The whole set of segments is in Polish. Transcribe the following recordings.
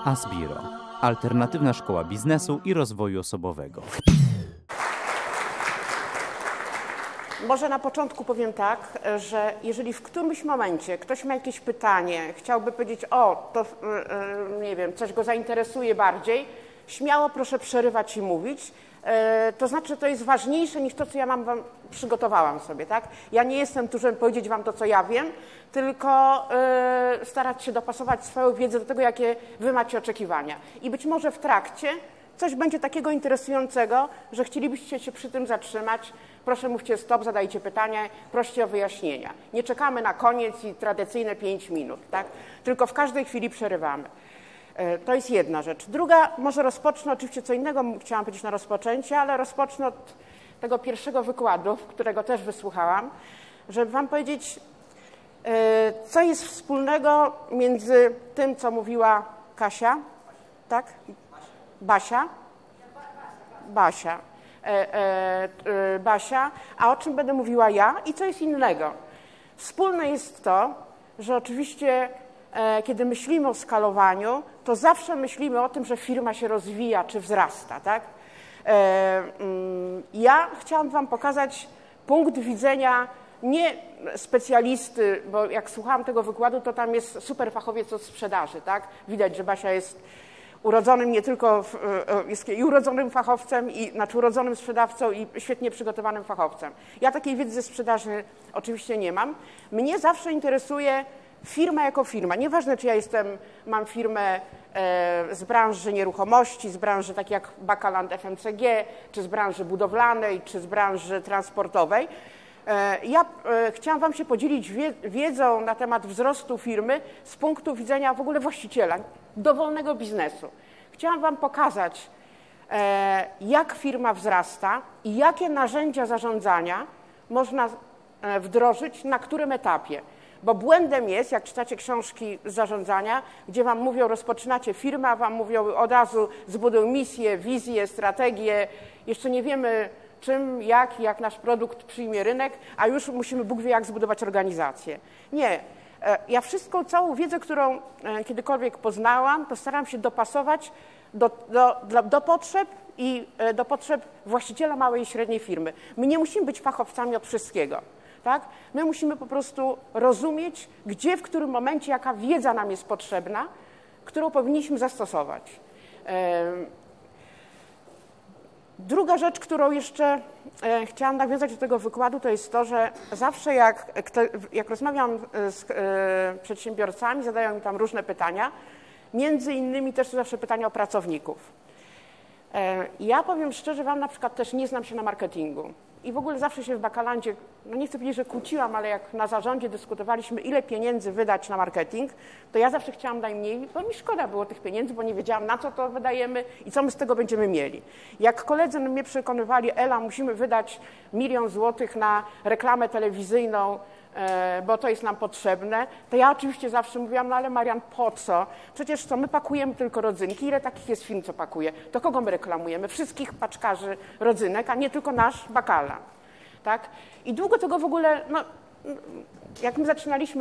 Asbiro, alternatywna szkoła biznesu i rozwoju osobowego. Może na początku powiem tak, że jeżeli w którymś momencie ktoś ma jakieś pytanie, chciałby powiedzieć, o, to nie wiem, coś go zainteresuje bardziej, śmiało proszę przerywać i mówić. To znaczy, że to jest ważniejsze niż to, co ja przygotowałam sobie, tak? Ja nie jestem tu, żeby powiedzieć wam to, co ja wiem, tylko starać się dopasować swoją wiedzę do tego, jakie wy macie oczekiwania. I być może w trakcie coś będzie takiego interesującego, że chcielibyście się przy tym zatrzymać. Proszę mówcie stop, zadajcie pytania, proście o wyjaśnienia. Nie czekamy na koniec i tradycyjne 5 minut, tak? Tylko w każdej chwili przerywamy. To jest jedna rzecz. Druga, może rozpocznę, oczywiście co innego chciałam powiedzieć na rozpoczęcie, ale rozpocznę od tego pierwszego wykładu, którego też wysłuchałam, żeby wam powiedzieć, co jest wspólnego między tym, co mówiła Kasia, tak? Basia, a o czym będę mówiła ja i co jest innego. Wspólne jest to, że oczywiście kiedy myślimy o skalowaniu, to zawsze myślimy o tym, że firma się rozwija czy wzrasta, tak? Ja chciałam wam pokazać punkt widzenia nie specjalisty, bo jak słuchałam tego wykładu, to tam jest super fachowiec od sprzedaży, tak? Widać, że Basia jest urodzonym nie tylko jest i urodzonym fachowcem, znaczy urodzonym sprzedawcą i świetnie przygotowanym fachowcem. Ja takiej wiedzy ze sprzedaży oczywiście nie mam. Mnie zawsze interesuje firma jako firma. Nieważne, czy ja mam firmę z branży nieruchomości, z branży takiej jak Bakaland FMCG, czy z branży budowlanej, czy z branży transportowej. Ja chciałam wam się podzielić wiedzą na temat wzrostu firmy z punktu widzenia w ogóle właściciela, dowolnego biznesu. Chciałam wam pokazać, jak firma wzrasta i jakie narzędzia zarządzania można wdrożyć, na którym etapie. Bo błędem jest, jak czytacie książki z zarządzania, gdzie wam mówią, rozpoczynacie firmę, a wam mówią od razu zbuduj misję, wizję, strategię, jeszcze nie wiemy czym, jak nasz produkt przyjmie rynek, a już musimy, Bóg wie, jak zbudować organizację. Nie. Ja całą wiedzę, którą kiedykolwiek poznałam, to staram się dopasować do potrzeb i do potrzeb właściciela małej i średniej firmy. My nie musimy być fachowcami od wszystkiego. Tak? My musimy po prostu rozumieć, gdzie, w którym momencie, jaka wiedza nam jest potrzebna, którą powinniśmy zastosować. Druga rzecz, którą jeszcze chciałam nawiązać do tego wykładu, to jest to, że zawsze jak rozmawiam z przedsiębiorcami, zadają mi tam różne pytania, między innymi też zawsze pytania o pracowników. Ja powiem szczerze, wam na przykład też nie znam się na marketingu. I w ogóle zawsze się w Bakalandzie, no nie chcę powiedzieć, że kłóciłam, ale jak na zarządzie dyskutowaliśmy, ile pieniędzy wydać na marketing, to ja zawsze chciałam najmniej, bo mi szkoda było tych pieniędzy, bo nie wiedziałam, na co to wydajemy i co my z tego będziemy mieli. Jak koledzy mnie przekonywali, Ela, musimy wydać 1 000 000 złotych na reklamę telewizyjną, bo to jest nam potrzebne, to ja oczywiście zawsze mówiłam, no ale Marian, po co? Przecież co, my pakujemy tylko rodzynki, ile takich jest firm, co pakuje? To kogo my reklamujemy? Wszystkich paczkarzy rodzynek, a nie tylko nasz Bakaland, tak? I długo tego w ogóle, no, jak my zaczynaliśmy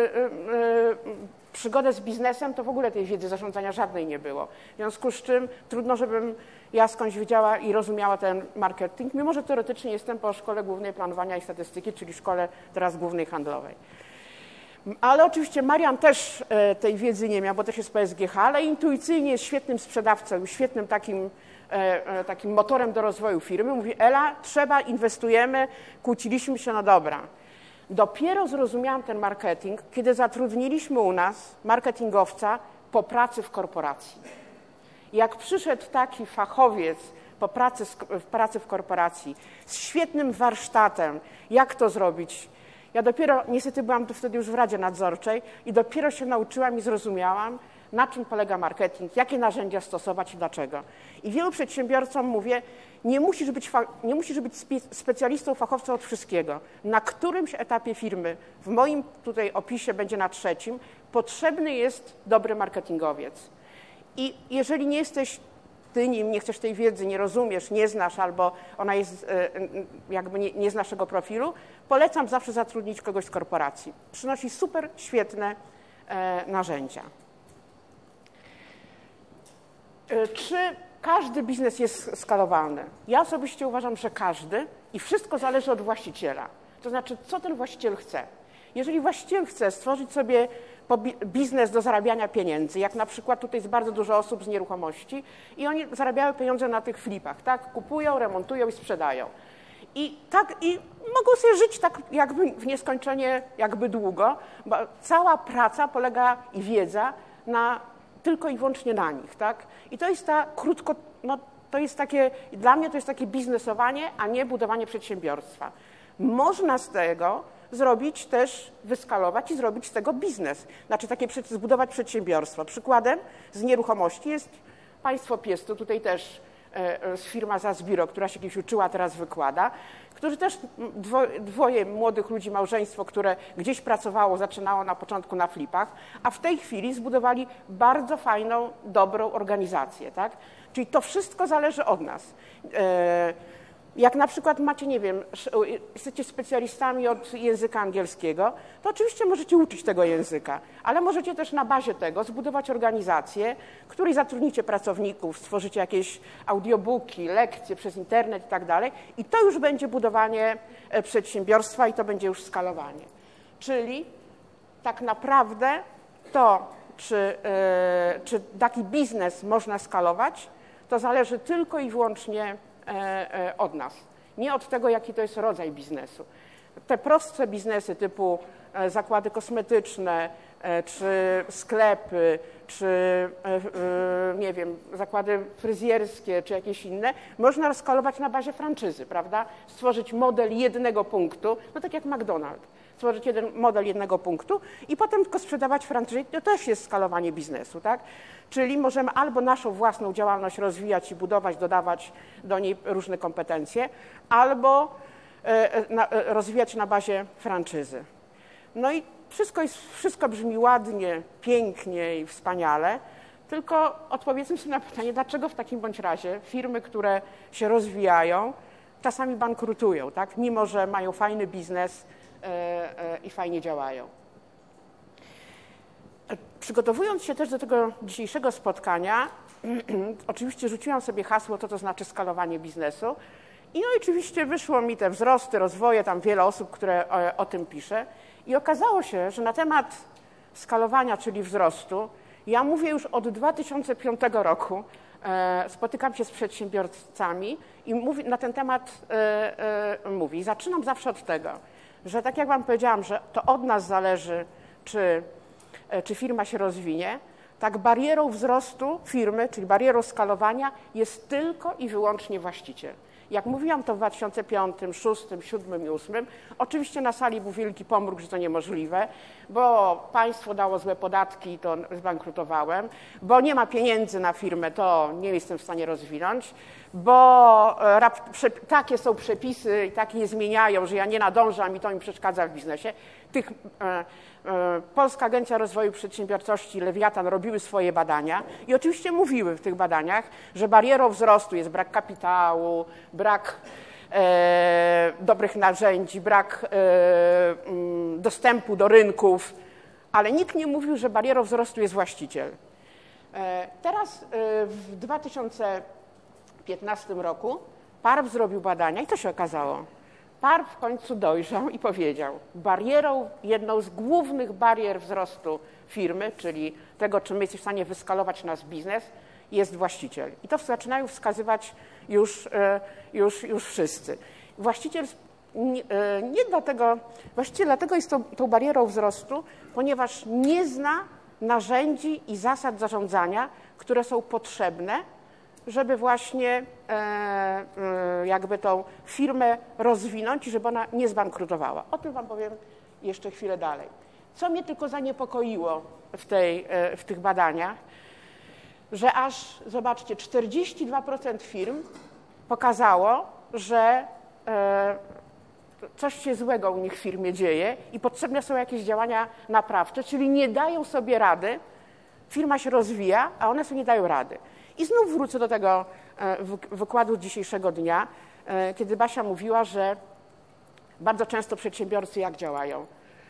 przygodę z biznesem, to w ogóle tej wiedzy zarządzania żadnej nie było. W związku z czym trudno, żebym ja skądś wiedziała i rozumiała ten marketing, mimo że teoretycznie jestem po Szkole Głównej Planowania i Statystyki, czyli Szkole teraz Głównej Handlowej. Ale oczywiście Marian też tej wiedzy nie miał, bo też jest po SGH, ale intuicyjnie jest świetnym sprzedawcą, świetnym takim motorem do rozwoju firmy. Mówi, Ela, inwestujemy, kłóciliśmy się, no dobra. Dopiero zrozumiałam ten marketing, kiedy zatrudniliśmy u nas marketingowca po pracy w korporacji. Jak przyszedł taki fachowiec po pracy w korporacji z świetnym warsztatem, jak to zrobić, ja dopiero, niestety byłam wtedy już w Radzie Nadzorczej i dopiero się nauczyłam i zrozumiałam, na czym polega marketing, jakie narzędzia stosować i dlaczego. I wielu przedsiębiorcom mówię, nie musisz być specjalistą, fachowcem od wszystkiego. Na którymś etapie firmy, w moim tutaj opisie będzie na 3, potrzebny jest dobry marketingowiec. I jeżeli nie jesteś ty nim, nie chcesz tej wiedzy, nie rozumiesz, nie znasz albo ona jest jakby nie z naszego profilu, polecam zawsze zatrudnić kogoś z korporacji. Przynosi super, świetne narzędzia. Czy każdy biznes jest skalowalny? Ja osobiście uważam, że każdy i wszystko zależy od właściciela. To znaczy, co ten właściciel chce. Jeżeli właściciel chce stworzyć sobie biznes do zarabiania pieniędzy, jak na przykład tutaj jest bardzo dużo osób z nieruchomości i oni zarabiają pieniądze na tych flipach, tak? Kupują, remontują i sprzedają. I mogą sobie żyć tak jakby w nieskończenie jakby długo, bo cała praca polega i wiedza tylko i wyłącznie na nich, tak? I to jest to jest takie, dla mnie to jest takie biznesowanie, a nie budowanie przedsiębiorstwa. Można z tego zrobić też, wyskalować i zrobić z tego biznes. Znaczy zbudować przedsiębiorstwo. Przykładem z nieruchomości jest państwo Piastu, tutaj też firma Zazbiro, która się kiedyś uczyła, teraz wykłada, którzy też dwoje młodych ludzi, małżeństwo, które gdzieś pracowało, zaczynało na początku na flipach, a w tej chwili zbudowali bardzo fajną, dobrą organizację, tak? Czyli to wszystko zależy od nas. Jak na przykład macie, nie wiem, jesteście specjalistami od języka angielskiego, to oczywiście możecie uczyć tego języka, ale możecie też na bazie tego zbudować organizację, w której zatrudnicie pracowników, stworzycie jakieś audiobooki, lekcje przez internet i tak dalej i to już będzie budowanie przedsiębiorstwa i to będzie już skalowanie. Czyli tak naprawdę to, czy taki biznes można skalować, to zależy tylko i wyłącznie od nas, nie od tego, jaki to jest rodzaj biznesu. Te prostsze biznesy typu zakłady kosmetyczne, czy sklepy, czy nie wiem, zakłady fryzjerskie, czy jakieś inne, można rozskalować na bazie franczyzy, prawda? Stworzyć model jednego punktu, no tak jak McDonald's. Stworzyć model jednego punktu i potem tylko sprzedawać franczyzie, to też jest skalowanie biznesu, tak? Czyli możemy albo naszą własną działalność rozwijać i budować, dodawać do niej różne kompetencje, albo rozwijać na bazie franczyzy. No i wszystko brzmi ładnie, pięknie i wspaniale, tylko odpowiedzmy sobie na pytanie, dlaczego w takim bądź razie firmy, które się rozwijają, czasami bankrutują, tak? Mimo że mają fajny biznes i fajnie działają. Przygotowując się też do tego dzisiejszego spotkania, oczywiście rzuciłam sobie hasło, co to znaczy skalowanie biznesu i no oczywiście wyszło mi te wzrosty, rozwoje, tam wiele osób, które o tym pisze i okazało się, że na temat skalowania, czyli wzrostu, ja mówię już od 2005 roku, spotykam się z przedsiębiorcami i na ten temat mówię. I zaczynam zawsze od tego, że tak jak wam powiedziałam, że to od nas zależy, czy firma się rozwinie, tak barierą wzrostu firmy, czyli barierą skalowania jest tylko i wyłącznie właściciel. Jak mówiłam to w 2005, 2006, 2007 i 2008, oczywiście na sali był wielki pomruk, że to niemożliwe, bo państwo dało złe podatki i to zbankrutowałem, bo nie ma pieniędzy na firmę, to nie jestem w stanie rozwinąć, bo takie są przepisy i takie je zmieniają, że ja nie nadążam i to mi przeszkadza w biznesie. Polska Agencja Rozwoju Przedsiębiorczości, Lewiatan robiły swoje badania i oczywiście mówiły w tych badaniach, że barierą wzrostu jest brak kapitału, brak dobrych narzędzi, brak dostępu do rynków, ale nikt nie mówił, że barierą wzrostu jest właściciel. Teraz w 2015 roku PARP zrobił badania i co się okazało? PARP w końcu dojrzał i powiedział, jedną z głównych barier wzrostu firmy, czyli tego, czy my jesteśmy w stanie wyskalować nasz biznes, jest właściciel. I to zaczynają wskazywać już wszyscy. Właściciel dlatego jest tą barierą wzrostu, ponieważ nie zna narzędzi i zasad zarządzania, które są potrzebne, żeby właśnie jakby tą firmę rozwinąć i żeby ona nie zbankrutowała. O tym wam powiem jeszcze chwilę dalej. Co mnie tylko zaniepokoiło w tych badaniach, że aż, zobaczcie, 42% firm pokazało, że coś się złego u nich w firmie dzieje i potrzebne są jakieś działania naprawcze, czyli nie dają sobie rady, firma się rozwija, a one sobie nie dają rady. I znów wrócę do tego wykładu dzisiejszego dnia, kiedy Basia mówiła, że bardzo często przedsiębiorcy jak działają?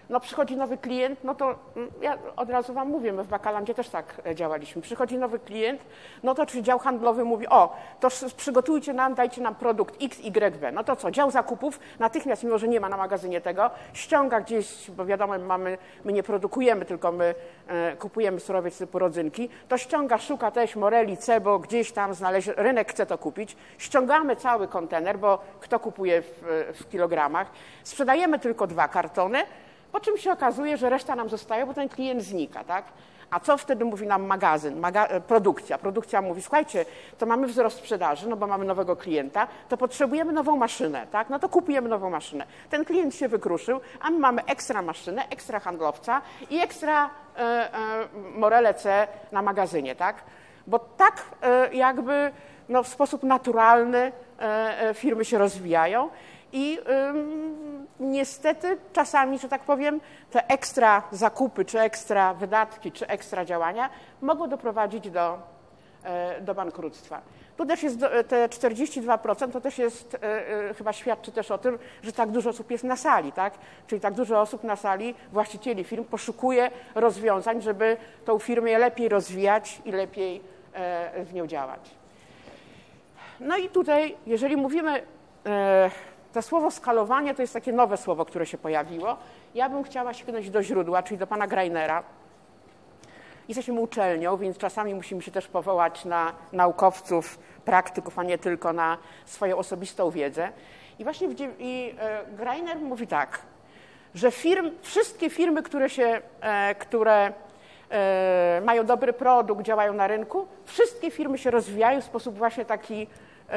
No przychodzi nowy klient, no to ja od razu wam mówię, my w Bakalandzie też tak działaliśmy. Przychodzi nowy klient, no to czy dział handlowy mówi, o, to przygotujcie nam, dajcie nam produkt X, Y, B. No to co, dział zakupów natychmiast, mimo że nie ma na magazynie tego, ściąga gdzieś, bo wiadomo, my nie produkujemy, tylko my kupujemy surowiec typu rodzynki, to ściąga, szuka też Moreli, Cebo, gdzieś tam znaleźć, rynek chce to kupić, ściągamy cały kontener, bo kto kupuje w kilogramach, sprzedajemy tylko 2 kartony, po czym się okazuje, że reszta nam zostaje, bo ten klient znika, tak? A co wtedy mówi nam magazyn, produkcja? Produkcja mówi, słuchajcie, to mamy wzrost sprzedaży, no bo mamy nowego klienta, to potrzebujemy nową maszynę, tak? No to kupujemy nową maszynę. Ten klient się wykruszył, a my mamy ekstra maszynę, ekstra handlowca i ekstra Morele C na magazynie, tak? Bo tak jakby no, w sposób naturalny firmy się rozwijają. I niestety czasami, że tak powiem, te ekstra zakupy, czy ekstra wydatki, czy ekstra działania mogą doprowadzić do bankructwa. Tu też jest te 42%, to też jest, chyba świadczy też o tym, że tak dużo osób jest na sali, tak? Czyli tak dużo osób na sali, właścicieli firm poszukuje rozwiązań, żeby tą firmę lepiej rozwijać i lepiej w nią działać. No i tutaj, jeżeli mówimy, to słowo skalowanie to jest takie nowe słowo, które się pojawiło. Ja bym chciała sięgnąć do źródła, czyli do pana Greinera. Jesteśmy uczelnią, więc czasami musimy się też powołać na naukowców, praktyków, a nie tylko na swoją osobistą wiedzę. I właśnie Greiner mówi tak, że wszystkie firmy, które mają dobry produkt, działają na rynku, wszystkie firmy się rozwijają w sposób właśnie taki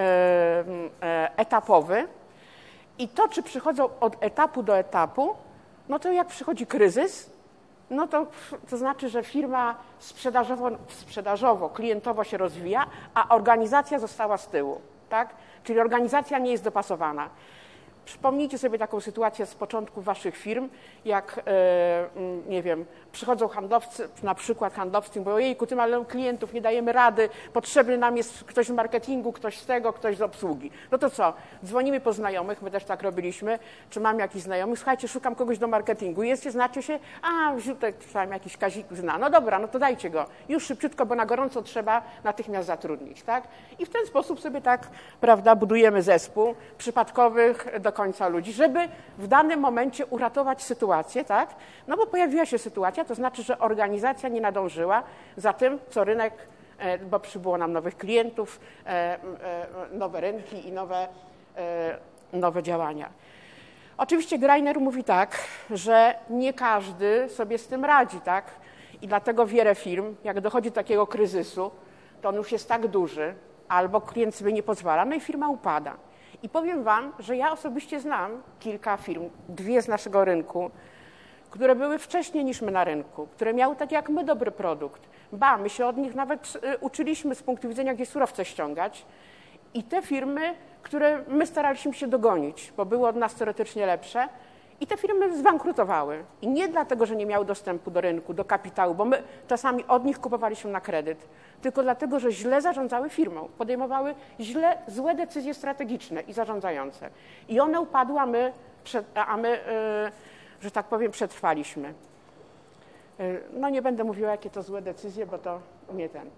etapowy. I to, czy przychodzą od etapu do etapu, no to jak przychodzi kryzys, no to znaczy, że firma sprzedażowo, klientowo się rozwija, a organizacja została z tyłu, tak? Czyli organizacja nie jest dopasowana. Przypomnijcie sobie taką sytuację z początku waszych firm, jak, nie wiem, przychodzą handlowcy, na przykład handlowcy, mówią, ojejku, ty mamy klientów, nie dajemy rady, potrzebny nam jest ktoś z marketingu, ktoś z tego, ktoś z obsługi. No to co? Dzwonimy po znajomych, my też tak robiliśmy, czy mam jakiś znajomych, słuchajcie, szukam kogoś do marketingu, znacie się? A, Ziutek, tam jakiś Kazik zna, no dobra, no to dajcie go, już szybciutko, bo na gorąco trzeba natychmiast zatrudnić, tak? I w ten sposób sobie tak, prawda, budujemy zespół przypadkowych do końca ludzi, żeby w danym momencie uratować sytuację, tak? No bo pojawiła się sytuacja, to znaczy, że organizacja nie nadążyła za tym, co rynek, bo przybyło nam nowych klientów, nowe rynki i nowe działania. Oczywiście Greiner mówi tak, że nie każdy sobie z tym radzi, tak? I dlatego wiele firm, jak dochodzi do takiego kryzysu, to on już jest tak duży, albo klient sobie nie pozwala, no i firma upada. I powiem wam, że ja osobiście znam kilka firm, 2 z naszego rynku, które były wcześniej niż my na rynku, które miały tak jak my dobry produkt. My się od nich nawet uczyliśmy z punktu widzenia, gdzie surowce ściągać. I te firmy, które my staraliśmy się dogonić, bo były od nas teoretycznie lepsze, i te firmy zbankrutowały. I nie dlatego, że nie miały dostępu do rynku, do kapitału, bo my czasami od nich kupowaliśmy na kredyt, tylko dlatego, że źle zarządzały firmą, podejmowały złe decyzje strategiczne i zarządzające. I one upadły, a my że tak powiem, przetrwaliśmy. No nie będę mówiła, jakie to złe decyzje, bo to nie ten.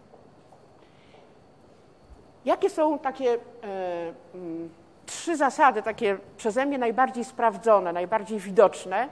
Jakie są takie 3 zasady, takie przeze mnie najbardziej sprawdzone, najbardziej widoczne,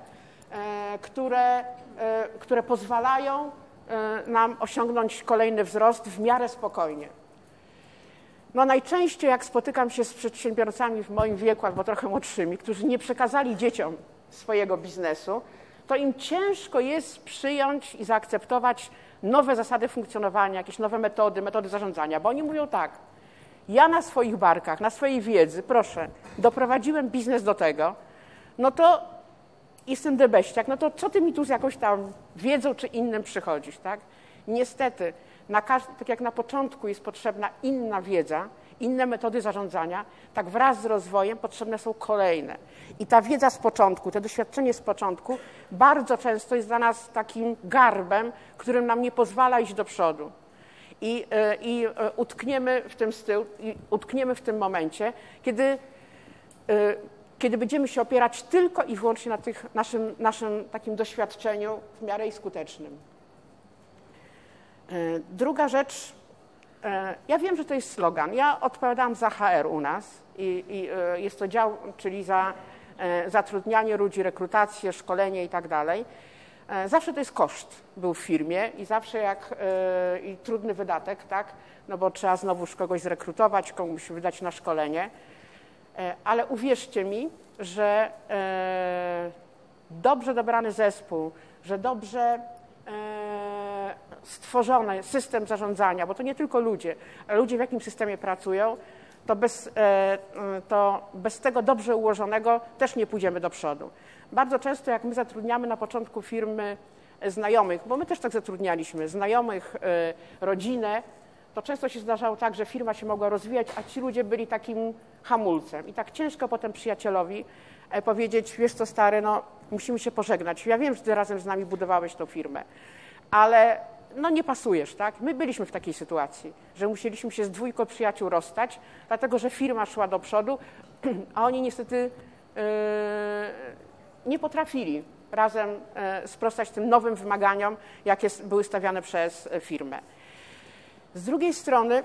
które pozwalają nam osiągnąć kolejny wzrost w miarę spokojnie? No najczęściej jak spotykam się z przedsiębiorcami w moim wieku albo trochę młodszymi, którzy nie przekazali dzieciom swojego biznesu, to im ciężko jest przyjąć i zaakceptować nowe zasady funkcjonowania, jakieś nowe metody zarządzania, bo oni mówią tak, ja na swoich barkach, na swojej wiedzy, proszę, doprowadziłem biznes do tego, no to jestem debeściak, no to co ty mi tu z jakąś tam wiedzą czy innym przychodzisz, tak? Niestety, tak jak na początku jest potrzebna inna wiedza, inne metody zarządzania, tak wraz z rozwojem potrzebne są kolejne. I ta wiedza z początku, to doświadczenie z początku bardzo często jest dla nas takim garbem, którym nam nie pozwala iść do przodu. I utkniemy w tym momencie, kiedy kiedy będziemy się opierać tylko i wyłącznie na naszym takim doświadczeniu w miarę i skutecznym. Druga rzecz, ja wiem, że to jest slogan. Ja odpowiadam za HR u nas i jest to dział, czyli za zatrudnianie ludzi, rekrutację, szkolenie i tak dalej. Zawsze to jest koszt był w firmie i zawsze i trudny wydatek, tak? No bo trzeba znowuż kogoś zrekrutować, komuś wydać na szkolenie. Ale uwierzcie mi, że dobrze dobrany zespół, że dobrze stworzony system zarządzania, bo to nie tylko ludzie, ale ludzie w jakim systemie pracują, to bez tego dobrze ułożonego też nie pójdziemy do przodu. Bardzo często jak my zatrudniamy na początku firmy znajomych, bo my też tak zatrudnialiśmy, znajomych, rodzinę, to często się zdarzało tak, że firma się mogła rozwijać, a ci ludzie byli takim hamulcem. I tak ciężko potem przyjacielowi powiedzieć, wiesz co stary, no musimy się pożegnać. Ja wiem, że ty razem z nami budowałeś tą firmę, ale no nie pasujesz, tak? My byliśmy w takiej sytuacji, że musieliśmy się z 2 przyjaciół rozstać, dlatego że firma szła do przodu, a oni niestety nie potrafili razem sprostać tym nowym wymaganiom, jakie były stawiane przez firmę. Z drugiej strony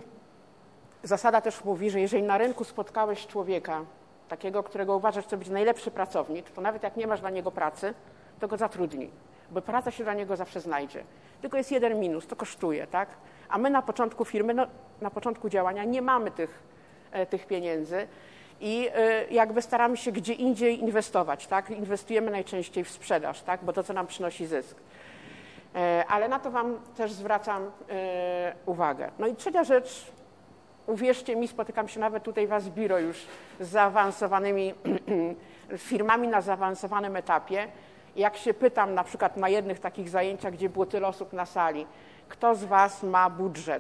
zasada też mówi, że jeżeli na rynku spotkałeś człowieka, takiego, którego uważasz, że to być najlepszy pracownik, to nawet jak nie masz dla niego pracy, to go zatrudnij, bo praca się dla niego zawsze znajdzie. Tylko jest jeden minus, to kosztuje, tak? A my na początku firmy, na początku działania nie mamy tych pieniędzy i jakby staramy się gdzie indziej inwestować, tak? Inwestujemy najczęściej w sprzedaż, tak? Bo to, co nam przynosi zysk. Ale na to wam też zwracam uwagę. No i trzecia rzecz, uwierzcie mi, spotykam się nawet tutaj w Asbiro już z zaawansowanymi firmami na zaawansowanym etapie. Jak się pytam na przykład na jednych takich zajęciach, gdzie było tyle osób na sali, kto z was ma budżet?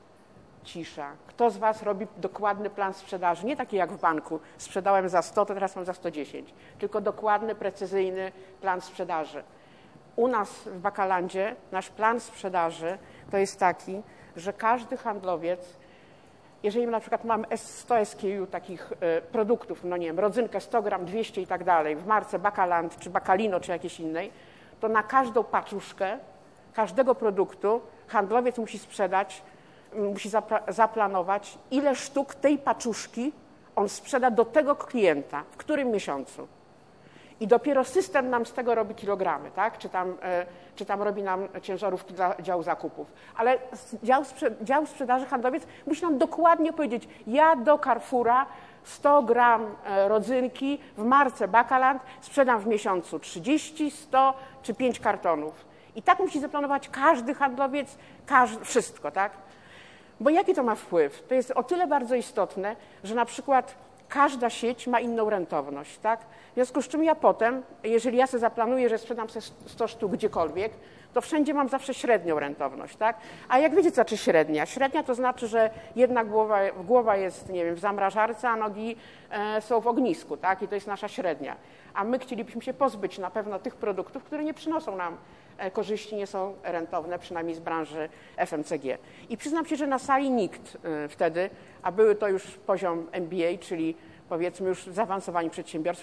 Cisza. Kto z was robi dokładny plan sprzedaży? Nie taki jak w banku, sprzedałem za 100, to teraz mam za 110, tylko dokładny, precyzyjny plan sprzedaży. U nas w Bakalandzie nasz plan sprzedaży to jest taki, że każdy handlowiec, jeżeli na przykład mamy 100 SKU takich produktów, no nie wiem, rodzynkę 100 gram, 200 i tak dalej, w marce Bakaland, czy Bakalino, czy jakiejś innej, to na każdą paczuszkę, każdego produktu handlowiec musi sprzedać, musi zaplanować, ile sztuk tej paczuszki on sprzeda do tego klienta, w którym miesiącu. I dopiero system nam z tego robi kilogramy, tak? Czy tam robi nam ciężarówki dla działu zakupów. Ale dział sprzedaży handlowiec musi nam dokładnie powiedzieć, ja do Carrefoura 100 gram rodzynki w marce Bakaland sprzedam w miesiącu 30, 100 czy 5 kartonów. I tak musi zaplanować każdy handlowiec, wszystko, tak? Bo jaki to ma wpływ? To jest o tyle bardzo istotne, że na przykład każda sieć ma inną rentowność, tak? W związku z czym ja potem, jeżeli ja sobie zaplanuję, że sprzedam sobie 100 sztuk gdziekolwiek, to wszędzie mam zawsze średnią rentowność, tak? A jak wiecie, co znaczy średnia? Średnia to znaczy, że jedna głowa jest, nie wiem, w zamrażarce, a nogi są w ognisku, tak? I to jest nasza średnia. A my chcielibyśmy się pozbyć na pewno tych produktów, które nie przynoszą nam korzyści, nie są rentowne, przynajmniej z branży FMCG. I przyznam się, że na sali nikt wtedy, a były to już poziom MBA, czyli powiedzmy już zaawansowani przedsiębiorstwa,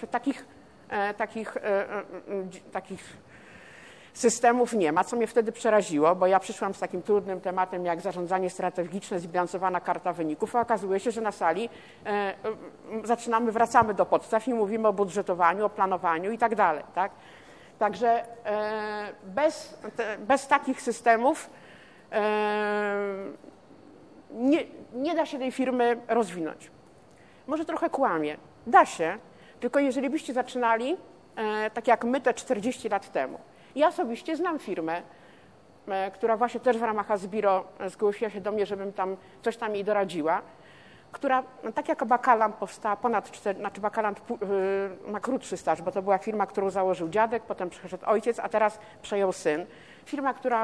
takich systemów nie ma, co mnie wtedy przeraziło, bo ja przyszłam z takim trudnym tematem jak zarządzanie strategiczne, zbilansowana karta wyników, a okazuje się, że na sali wracamy do podstaw i mówimy o budżetowaniu, o planowaniu i tak dalej, tak? Także bez takich systemów nie da się tej firmy rozwinąć. Może trochę kłamie. Da się, tylko jeżeli byście zaczynali tak jak my te 40 lat temu. Ja osobiście znam firmę, która właśnie też w ramach Asbiro zgłosiła się do mnie, żebym tam coś tam jej doradziła, która tak jak Bakaland powstała Bakaland ma krótszy staż, bo to była firma, którą założył dziadek, potem przyszedł ojciec, a teraz przejął syn. Firma, która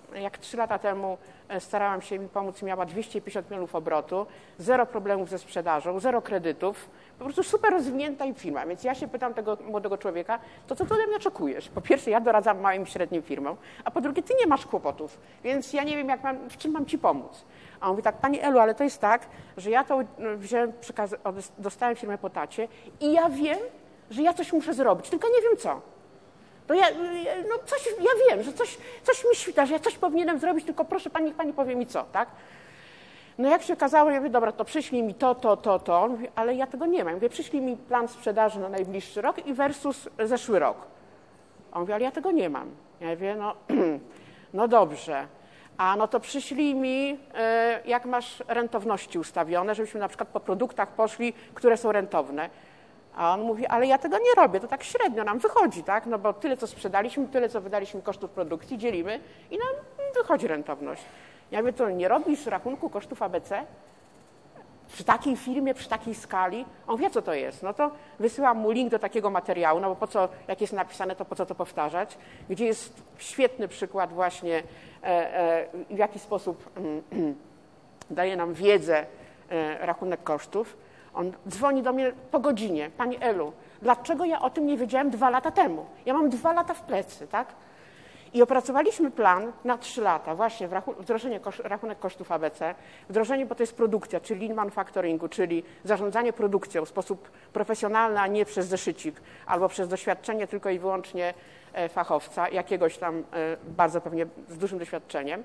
jak 3 lata temu starałam się mi pomóc, miała 250 milionów obrotu, 0 problemów ze sprzedażą, 0 kredytów, po prostu super rozwinięta firma. Więc ja się pytam tego młodego człowieka, to co ty ode mnie oczekujesz? Po pierwsze, ja doradzam małym i średnim firmom, a po drugie, ty nie masz kłopotów, więc ja nie wiem, w czym mam ci pomóc. A on mówi tak, pani Elu, ale to jest tak, że ja to wziąłem, dostałem firmę po tacie i ja wiem, że ja coś muszę zrobić, tylko nie wiem co. To ja wiem, że coś mi świta, że ja coś powinienem zrobić, tylko proszę pani, niech pani powie mi co, tak? No jak się okazało, ja mówię, dobra, to przyślij mi to. On mówi, ale ja tego nie mam. Ja mówię, przyślij mi plan sprzedaży na najbliższy rok i versus zeszły rok. On mówi, ale ja tego nie mam. Ja mówię, no dobrze. A no to przyślij mi, jak masz rentowności ustawione, żebyśmy na przykład po produktach poszli, które są rentowne. A on mówi, ale ja tego nie robię, to tak średnio nam wychodzi, tak? No bo tyle, co sprzedaliśmy, tyle, co wydaliśmy kosztów produkcji, dzielimy i nam wychodzi rentowność. Ja mówię, to nie robisz rachunku kosztów ABC? Przy takiej firmie, przy takiej skali? On wie, co to jest. No to wysyłam mu link do takiego materiału, no bo po co, jak jest napisane, to po co to powtarzać? Gdzie jest świetny przykład właśnie, w jaki sposób daje nam wiedzę rachunek kosztów. On dzwoni do mnie po godzinie. Pani Elu, dlaczego ja o tym nie wiedziałem 2 lata temu? Ja mam 2 lata w plecy, tak? I opracowaliśmy plan na 3 lata, właśnie wdrożenie rachunek kosztów ABC, wdrożenie, bo to jest produkcja, czyli lean manufacturingu, czyli zarządzanie produkcją w sposób profesjonalny, a nie przez zeszycik, albo przez doświadczenie tylko i wyłącznie fachowca, jakiegoś tam bardzo pewnie z dużym doświadczeniem.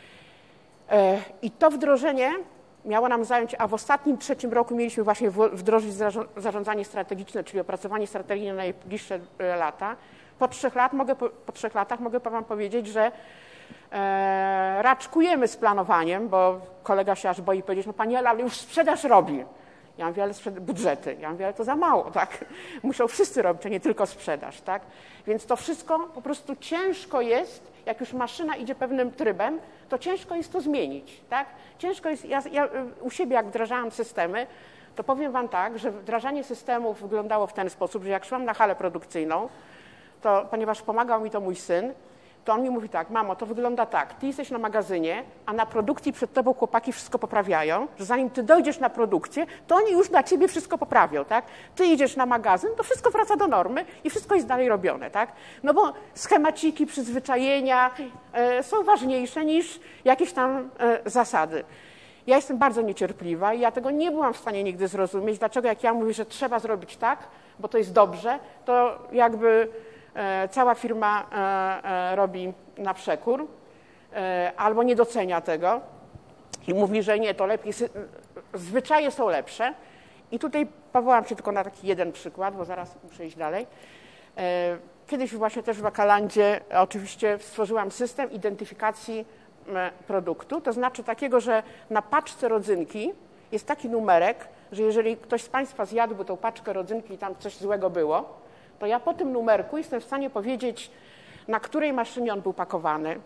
I to wdrożenie miało nam zająć, a w ostatnim 3 roku mieliśmy właśnie wdrożyć zarządzanie strategiczne, czyli opracowanie strategii na najbliższe lata. Po 3 latach mogę wam powiedzieć, że raczkujemy z planowaniem, bo kolega się aż boi powiedzieć, no pani Ela, ale już sprzedaż robi. Ja mówię, ale budżety. Ja mówię, ale to za mało, tak? Muszą wszyscy robić, a nie tylko sprzedaż, tak? Więc to wszystko po prostu ciężko jest, jak już maszyna idzie pewnym trybem, to ciężko jest to zmienić, tak? Ciężko jest, ja u siebie jak wdrażałam systemy, to powiem wam tak, że wdrażanie systemów wyglądało w ten sposób, że jak szłam na halę produkcyjną, to ponieważ pomagał mi to mój syn, to on mi mówi tak, mamo, to wygląda tak, ty jesteś na magazynie, a na produkcji przed tobą chłopaki wszystko poprawiają, że zanim ty dojdziesz na produkcję, to oni już dla ciebie wszystko poprawią, tak? Ty idziesz na magazyn, to wszystko wraca do normy i wszystko jest dalej robione, tak? No bo schemaciki, przyzwyczajenia są ważniejsze niż jakieś tam zasady. Ja jestem bardzo niecierpliwa i ja tego nie byłam w stanie nigdy zrozumieć, dlaczego jak ja mówię, że trzeba zrobić tak, bo to jest dobrze, to jakby cała firma robi na przekór albo nie docenia tego i mówi, że nie, to lepiej, zwyczaje są lepsze. I tutaj powołam się tylko na taki jeden przykład, bo zaraz muszę iść dalej. Kiedyś właśnie też w Wakalandzie oczywiście stworzyłam system identyfikacji produktu, to znaczy takiego, że na paczce rodzynki jest taki numerek, że jeżeli ktoś z Państwa zjadłby tą paczkę rodzynki i tam coś złego było, to ja po tym numerku jestem w stanie powiedzieć, na której maszynie on był pakowany,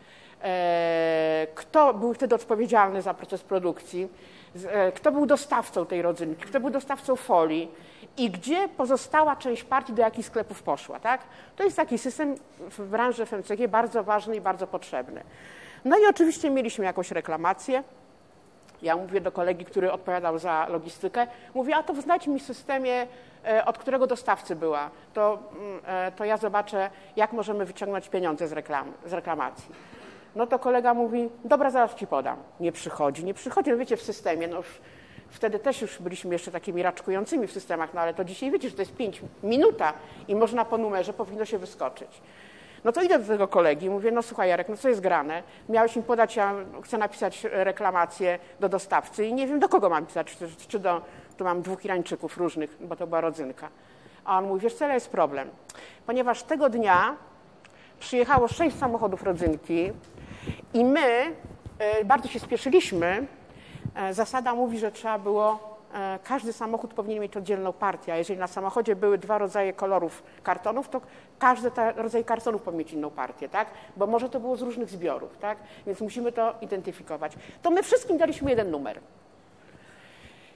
kto był wtedy odpowiedzialny za proces produkcji, kto był dostawcą tej rodzynki, kto był dostawcą folii i gdzie pozostała część partii, do jakich sklepów poszła. Tak? To jest taki system w branży FMCG bardzo ważny i bardzo potrzebny. No i oczywiście mieliśmy jakąś reklamację. Ja mówię do kolegi, który odpowiadał za logistykę, mówię, a to znajdź mi w systemie, od którego dostawcy była, to ja zobaczę, jak możemy wyciągnąć pieniądze z reklamacji. No to kolega mówi, dobra, zaraz ci podam. Nie przychodzi. No wiecie, w systemie, no wtedy też już byliśmy jeszcze takimi raczkującymi w systemach, no ale to dzisiaj wiecie, że to jest 5 minuta i można po numerze, powinno się wyskoczyć. No to idę do tego kolegi, mówię, no słuchaj Jarek, no co jest grane? Miałeś mi podać, ja chcę napisać reklamację do dostawcy i nie wiem, do kogo mam pisać, czy tu mam 2 Irańczyków różnych, bo to była rodzynka. A on mówi, wiesz co, jest problem, ponieważ tego dnia przyjechało 6 samochodów rodzynki i my bardzo się spieszyliśmy. Zasada mówi, że trzeba było, każdy samochód powinien mieć oddzielną partię, a jeżeli na samochodzie były 2 rodzaje kolorów kartonów, to każdy rodzaj kartonów powinien mieć inną partię, tak? Bo może to było z różnych zbiorów, tak? Więc musimy to identyfikować. To my wszystkim daliśmy jeden numer.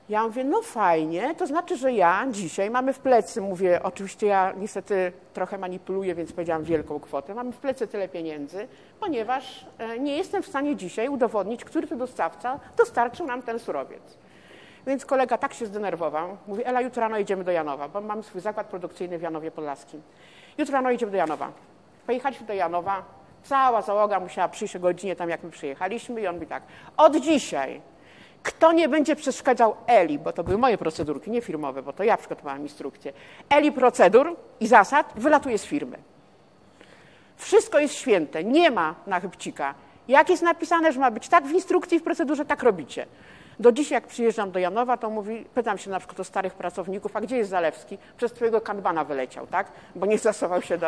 Ja mówię, no fajnie, to znaczy, że ja dzisiaj mamy w plecy, mówię, oczywiście ja niestety trochę manipuluję, więc powiedziałam wielką kwotę, mamy w plecy tyle pieniędzy, ponieważ nie jestem w stanie dzisiaj udowodnić, który to dostawca dostarczył nam ten surowiec. Więc kolega tak się zdenerwował, mówi, Ela, jutro rano jedziemy do Janowa, bo mam swój zakład produkcyjny w Janowie Podlaskim. Jutro rano jedziemy do Janowa. Pojechaliśmy do Janowa, cała załoga musiała przyjść o godzinie tam, jak my przyjechaliśmy i on mówi tak, od dzisiaj kto nie będzie przeszkadzał Eli, bo to były moje procedurki, nie firmowe, bo to ja przygotowałam instrukcję, Eli procedur i zasad wylatuje z firmy. Wszystko jest święte, nie ma na chybcika. Jak jest napisane, że ma być tak w instrukcji, w procedurze, tak robicie. Do dzisiaj, jak przyjeżdżam do Janowa, to mówi, pytam się na przykład o starych pracowników, a gdzie jest Zalewski? Przez twojego kanbana wyleciał, tak? Bo nie zastosował się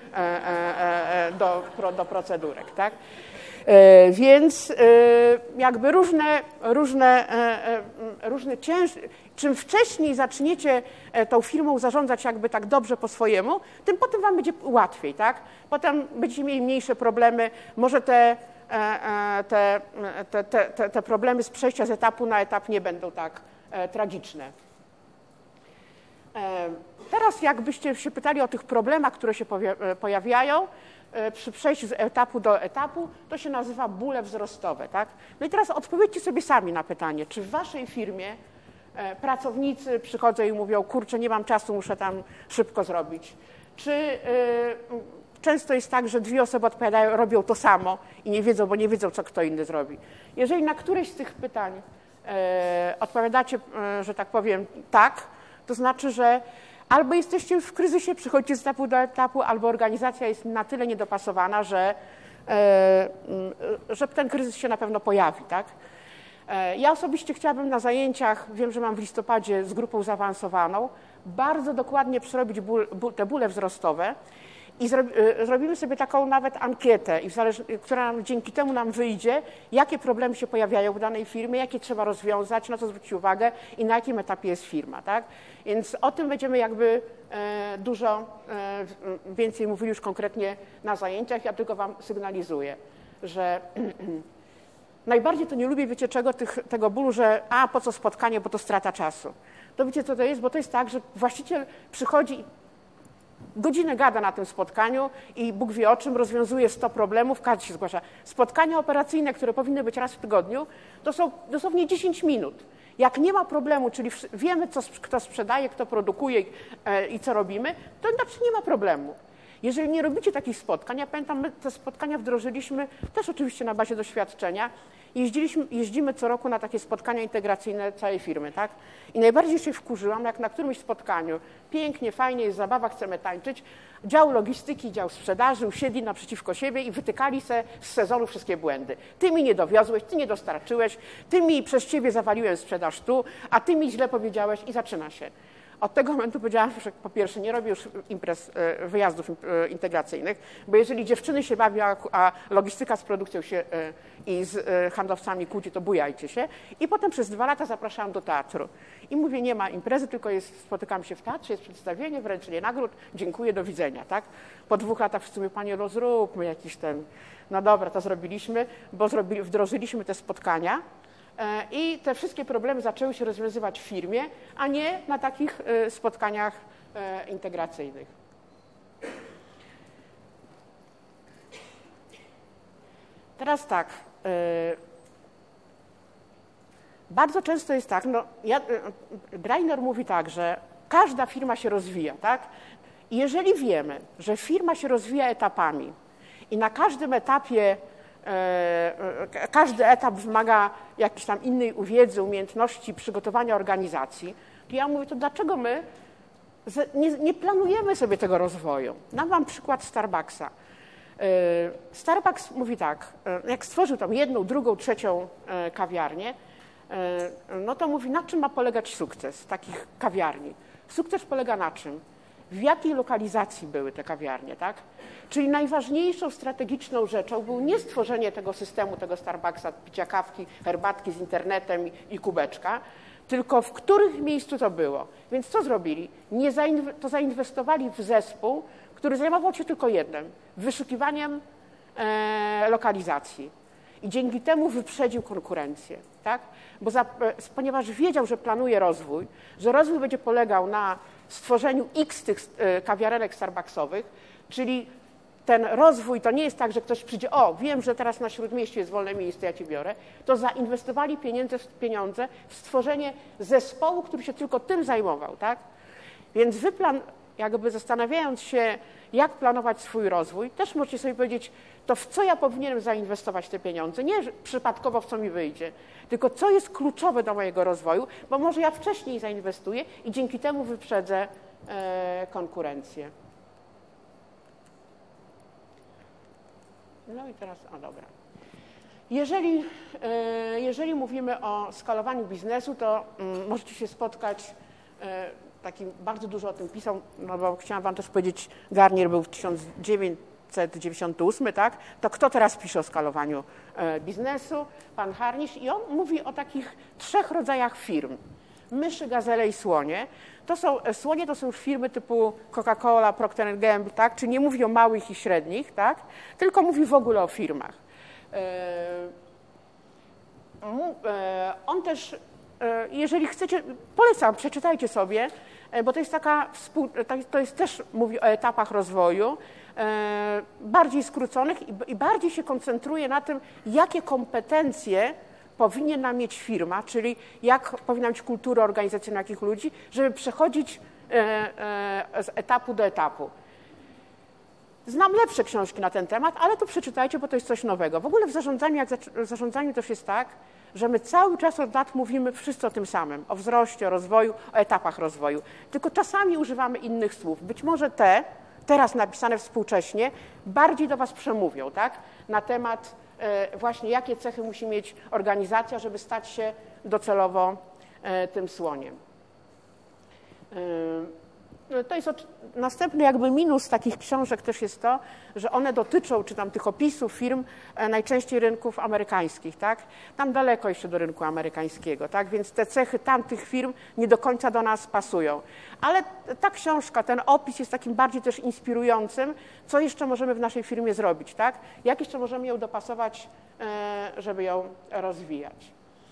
do procedurek, tak? Więc jakby różne czym wcześniej zaczniecie tą firmą zarządzać jakby tak dobrze po swojemu, tym potem wam będzie łatwiej, tak? Potem będziecie mieli mniejsze problemy, może te problemy z przejścia z etapu na etap nie będą tak tragiczne. Teraz jakbyście się pytali o tych problemach, które się pojawiają przy przejściu z etapu do etapu, to się nazywa bóle wzrostowe, tak? No i teraz odpowiedzcie sobie sami na pytanie, czy w waszej firmie pracownicy przychodzą i mówią, kurczę, nie mam czasu, muszę tam szybko zrobić. Czy często jest tak, że dwie osoby odpowiadają, robią to samo i nie wiedzą, bo nie wiedzą, co kto inny zrobi. Jeżeli na któreś z tych pytań odpowiadacie, że tak powiem, tak, to znaczy, że albo jesteście w kryzysie, przychodzicie z etapu do etapu, albo organizacja jest na tyle niedopasowana, że ten kryzys się na pewno pojawi, tak? Ja osobiście chciałabym na zajęciach, wiem, że mam w listopadzie z grupą zaawansowaną, bardzo dokładnie przerobić te bóle wzrostowe i zrobimy sobie taką nawet ankietę, która dzięki temu nam wyjdzie, jakie problemy się pojawiają w danej firmie, jakie trzeba rozwiązać, na co zwrócić uwagę i na jakim etapie jest firma, tak? Więc o tym będziemy jakby dużo więcej mówili już konkretnie na zajęciach. Ja tylko wam sygnalizuję, że najbardziej to nie lubię, wiecie czego, tego bólu, że po co spotkanie, bo to strata czasu. To wiecie co to jest? Bo to jest tak, że właściciel przychodzi, godzinę gada na tym spotkaniu i Bóg wie o czym, rozwiązuje 100 problemów, każdy się zgłasza. Spotkania operacyjne, które powinny być raz w tygodniu, to są dosłownie 10 minut. Jak nie ma problemu, czyli wiemy, kto sprzedaje, kto produkuje i co robimy, to znaczy nie ma problemu. Jeżeli nie robicie takich spotkań, ja pamiętam, my te spotkania wdrożyliśmy też oczywiście na bazie doświadczenia. Jeździmy co roku na takie spotkania integracyjne całej firmy, tak? I najbardziej się wkurzyłam, jak na którymś spotkaniu pięknie, fajnie, jest zabawa, chcemy tańczyć, dział logistyki, dział sprzedaży usiedli naprzeciwko siebie i wytykali se z sezonu wszystkie błędy. Ty mi nie dowiozłeś, ty nie dostarczyłeś, ty mi przez ciebie zawaliłem sprzedaż tu, a ty mi źle powiedziałeś i zaczyna się. Od tego momentu powiedziałam, że po pierwsze nie robię już imprez, wyjazdów integracyjnych, bo jeżeli dziewczyny się bawią, a logistyka z produkcją się i z handlowcami kłóci, to bujajcie się. I potem przez 2 lata zapraszałam do teatru. I mówię, nie ma imprezy, tylko spotykam się w teatrze, jest przedstawienie, wręczenie nagród, dziękuję, do widzenia, tak? Po 2 latach wszyscy mówią, panie, zróbmy jakiś ten... No dobra, to zrobiliśmy, bo wdrożyliśmy te spotkania. I te wszystkie problemy zaczęły się rozwiązywać w firmie, a nie na takich spotkaniach integracyjnych. Teraz tak, bardzo często jest tak, Greiner mówi tak, że każda firma się rozwija, tak? I jeżeli wiemy, że firma się rozwija etapami i na każdym etapie każdy etap wymaga jakiejś tam innej wiedzy, umiejętności, przygotowania organizacji, to ja mówię, to dlaczego my nie planujemy sobie tego rozwoju? Dam wam przykład Starbucksa. Starbucks mówi tak, jak stworzył tam 1., 2., 3. kawiarnię, no to mówi, na czym ma polegać sukces takich kawiarni? Sukces polega na czym? W jakiej lokalizacji były te kawiarnie, tak? Czyli najważniejszą strategiczną rzeczą było nie stworzenie tego systemu, tego Starbucksa, picia kawki, herbatki z internetem i kubeczka, tylko w których miejscu to było. Więc co zrobili? To zainwestowali w zespół, który zajmował się tylko jednym, wyszukiwaniem lokalizacji. i dzięki temu wyprzedził konkurencję, tak? Ponieważ wiedział, że planuje rozwój, że rozwój będzie polegał na stworzeniu x tych kawiarenek starbucksowych, czyli ten rozwój to nie jest tak, że ktoś przyjdzie, o, wiem, że teraz na Śródmieściu jest wolne miejsce, ja cię biorę, to zainwestowali pieniądze w stworzenie zespołu, który się tylko tym zajmował, tak? Więc jakby zastanawiając się, jak planować swój rozwój, też możecie sobie powiedzieć, to w co ja powinienem zainwestować te pieniądze, nie przypadkowo w co mi wyjdzie, tylko co jest kluczowe do mojego rozwoju, bo może ja wcześniej zainwestuję i dzięki temu wyprzedzę konkurencję. No i teraz, dobra. Jeżeli mówimy o skalowaniu biznesu, to możecie się spotkać, bardzo dużo o tym pisał, no bo chciałam wam też powiedzieć, Garnier był w 1998, tak? To kto teraz pisze o skalowaniu biznesu? Pan Harnisch i on mówi o takich 3 rodzajach firm. Myszy, gazele i słonie. Słonie to są już firmy typu Coca-Cola, Procter & Gamble, tak? Czyli nie mówi o małych i średnich, tak? Tylko mówi w ogóle o firmach. On też, jeżeli chcecie, polecam, przeczytajcie sobie, bo to jest też mówi o etapach rozwoju, bardziej skróconych i bardziej się koncentruje na tym, jakie kompetencje powinna mieć firma, czyli jak powinna mieć kultura organizacyjna jakich ludzi, żeby przechodzić z etapu do etapu. Znam lepsze książki na ten temat, ale to przeczytajcie, bo to jest coś nowego. W ogóle w zarządzaniu też jest tak, że my cały czas od lat mówimy wszyscy o tym samym, o wzroście, o rozwoju, o etapach rozwoju. Tylko czasami używamy innych słów. Być może teraz napisane współcześnie, bardziej do was przemówią, tak? Na temat właśnie jakie cechy musi mieć organizacja, żeby stać się docelowo tym słoniem. To jest następny jakby minus takich książek też jest to, że one dotyczą, czy tam tych opisów firm, najczęściej rynków amerykańskich, tak? Tam daleko jeszcze do rynku amerykańskiego, tak? Więc te cechy tamtych firm nie do końca do nas pasują. Ale ta książka, ten opis jest takim bardziej też inspirującym, co jeszcze możemy w naszej firmie zrobić, tak? Jak jeszcze możemy ją dopasować, żeby ją rozwijać.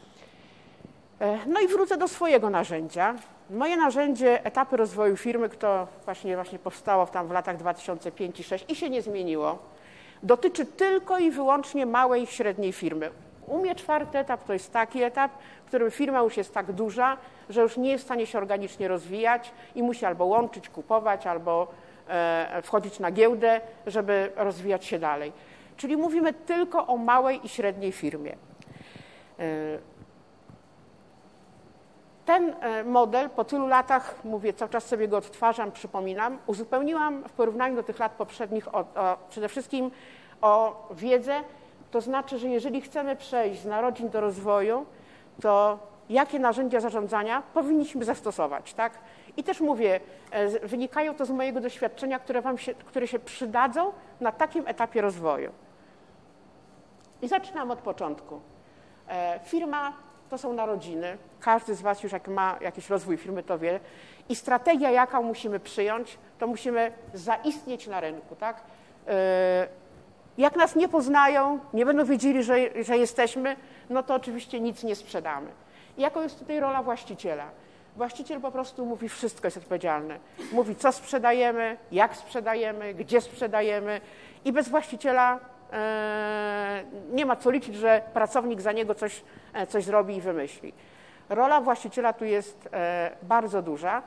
No i wrócę do swojego narzędzia. Moje narzędzie etapy rozwoju firmy, które właśnie powstało w latach 2005 i 2006 i się nie zmieniło, dotyczy tylko i wyłącznie małej i średniej firmy. U mnie 4. etap to jest taki etap, w którym firma już jest tak duża, że już nie jest w stanie się organicznie rozwijać i musi albo łączyć, kupować, albo wchodzić na giełdę, żeby rozwijać się dalej. Czyli mówimy tylko o małej i średniej firmie. Ten model po tylu latach, mówię, cały czas sobie go odtwarzam, przypominam, uzupełniłam w porównaniu do tych lat poprzednich przede wszystkim o wiedzę, to znaczy, że jeżeli chcemy przejść z narodzin do rozwoju, to jakie narzędzia zarządzania powinniśmy zastosować, tak? I też mówię, wynikają to z mojego doświadczenia, które się przydadzą na takim etapie rozwoju. I zaczynam od początku. Firma to są narodziny. Każdy z was już jak ma jakiś rozwój firmy, to wie. I strategia, jaką musimy przyjąć, to musimy zaistnieć na rynku, tak? Jak nas nie poznają, nie będą wiedzieli, że jesteśmy, no to oczywiście nic nie sprzedamy. I jaką jest tutaj rola właściciela? Właściciel po prostu mówi, wszystko jest odpowiedzialne. Mówi, co sprzedajemy, jak sprzedajemy, gdzie sprzedajemy i bez właściciela nie ma co liczyć, że pracownik za niego coś zrobi i wymyśli. Rola właściciela tu jest bardzo duża.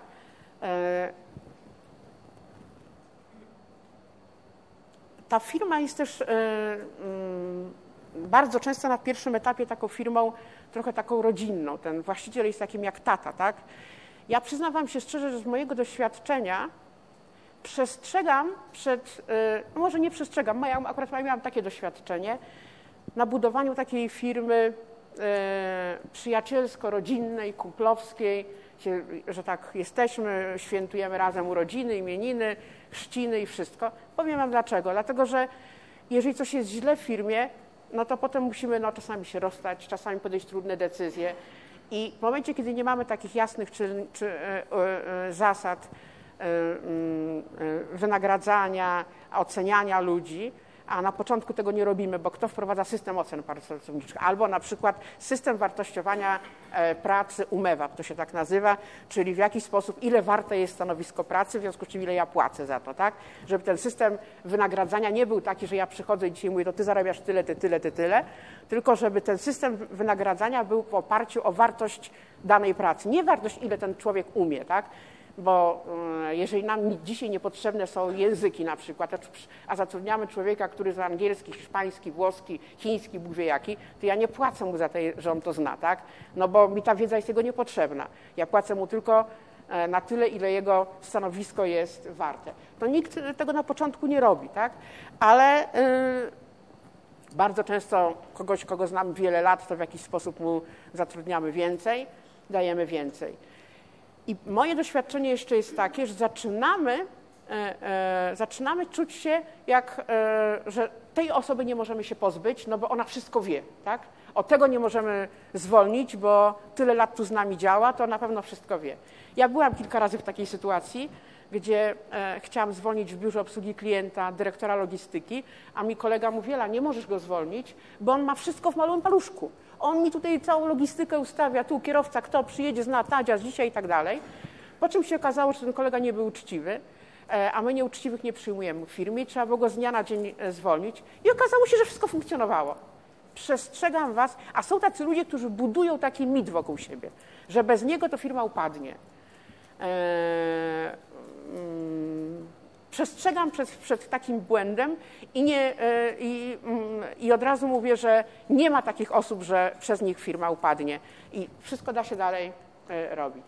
Ta firma jest też bardzo często na pierwszym etapie taką firmą, trochę taką rodzinną. Ten właściciel jest takim jak tata, tak? Ja przyznam wam się szczerze, że z mojego doświadczenia przestrzegam może nie przestrzegam, akurat miałam takie doświadczenie na budowaniu takiej firmy przyjacielsko-rodzinnej, kumplowskiej, że tak jesteśmy, świętujemy razem urodziny, imieniny, chrzciny i wszystko. Powiem wam dlaczego. Dlatego, że jeżeli coś jest źle w firmie, no to potem musimy czasami się rozstać, czasami podjąć trudne decyzje i w momencie, kiedy nie mamy takich jasnych zasad wynagradzania, oceniania ludzi, a na początku tego nie robimy, bo kto wprowadza system ocen pracowniczych, albo na przykład system wartościowania pracy UMEWA, to się tak nazywa, czyli w jakiś sposób ile warte jest stanowisko pracy, w związku z czym ile ja płacę za to, tak? Żeby ten system wynagradzania nie był taki, że ja przychodzę i dzisiaj mówię, to ty zarabiasz tyle, ty tyle, ty tyle, tylko żeby ten system wynagradzania był w oparciu o wartość danej pracy, nie wartość ile ten człowiek umie, tak? Bo jeżeli nam dzisiaj niepotrzebne są języki na przykład, a zatrudniamy człowieka, który zna angielski, hiszpański, włoski, chiński, Bóg wie jaki, to ja nie płacę mu za to, że on to zna, tak? No bo mi ta wiedza jest jego niepotrzebna. Ja płacę mu tylko na tyle, ile jego stanowisko jest warte. To nikt tego na początku nie robi, tak? Ale bardzo często kogoś, kogo znam wiele lat, to w jakiś sposób mu zatrudniamy więcej, dajemy więcej. I moje doświadczenie jeszcze jest takie, że zaczynamy czuć się jak, że tej osoby nie możemy się pozbyć, no bo ona wszystko wie, tak? Od tego nie możemy zwolnić, bo tyle lat tu z nami działa, to na pewno wszystko wie. Ja byłam kilka razy w takiej sytuacji, gdzie chciałam zwolnić w biurze obsługi klienta dyrektora logistyki, a mi kolega mówi, Wiela, nie możesz go zwolnić, bo on ma wszystko w małym paluszku. On mi tutaj całą logistykę ustawia, tu kierowca, kto przyjedzie, zna Tadzia z dzisiaj i tak dalej. Po czym się okazało, że ten kolega nie był uczciwy, a my nieuczciwych nie przyjmujemy w firmie, trzeba było go z dnia na dzień zwolnić i okazało się, że wszystko funkcjonowało. Przestrzegam was, a są tacy ludzie, którzy budują taki mit wokół siebie, że bez niego to firma upadnie. Przestrzegam przed takim błędem i od razu mówię, że nie ma takich osób, że przez nich firma upadnie i wszystko da się dalej robić.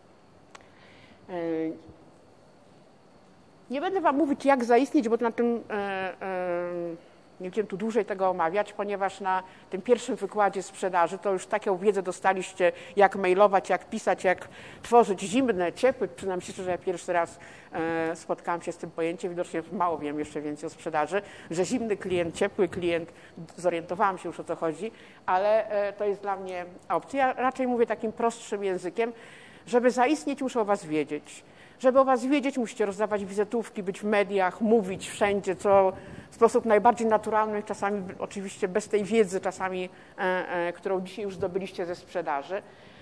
Nie będę wam mówić, jak zaistnieć, bo na tym nie będziemy tu dłużej tego omawiać, ponieważ na tym pierwszym wykładzie sprzedaży to już taką wiedzę dostaliście, jak mailować, jak pisać, jak tworzyć zimne, ciepłe. Przyznam się, że ja pierwszy raz spotkałam się z tym pojęciem, widocznie mało wiem jeszcze więcej o sprzedaży, że zimny klient, ciepły klient, zorientowałam się już o co chodzi, ale to jest dla mnie opcja. Ja raczej mówię takim prostszym językiem, żeby zaistnieć, muszę o was wiedzieć. Żeby o was wiedzieć, musicie rozdawać wizytówki, być w mediach, mówić wszędzie, co w sposób najbardziej naturalny, czasami oczywiście bez tej wiedzy, czasami, którą dzisiaj już zdobyliście ze sprzedaży.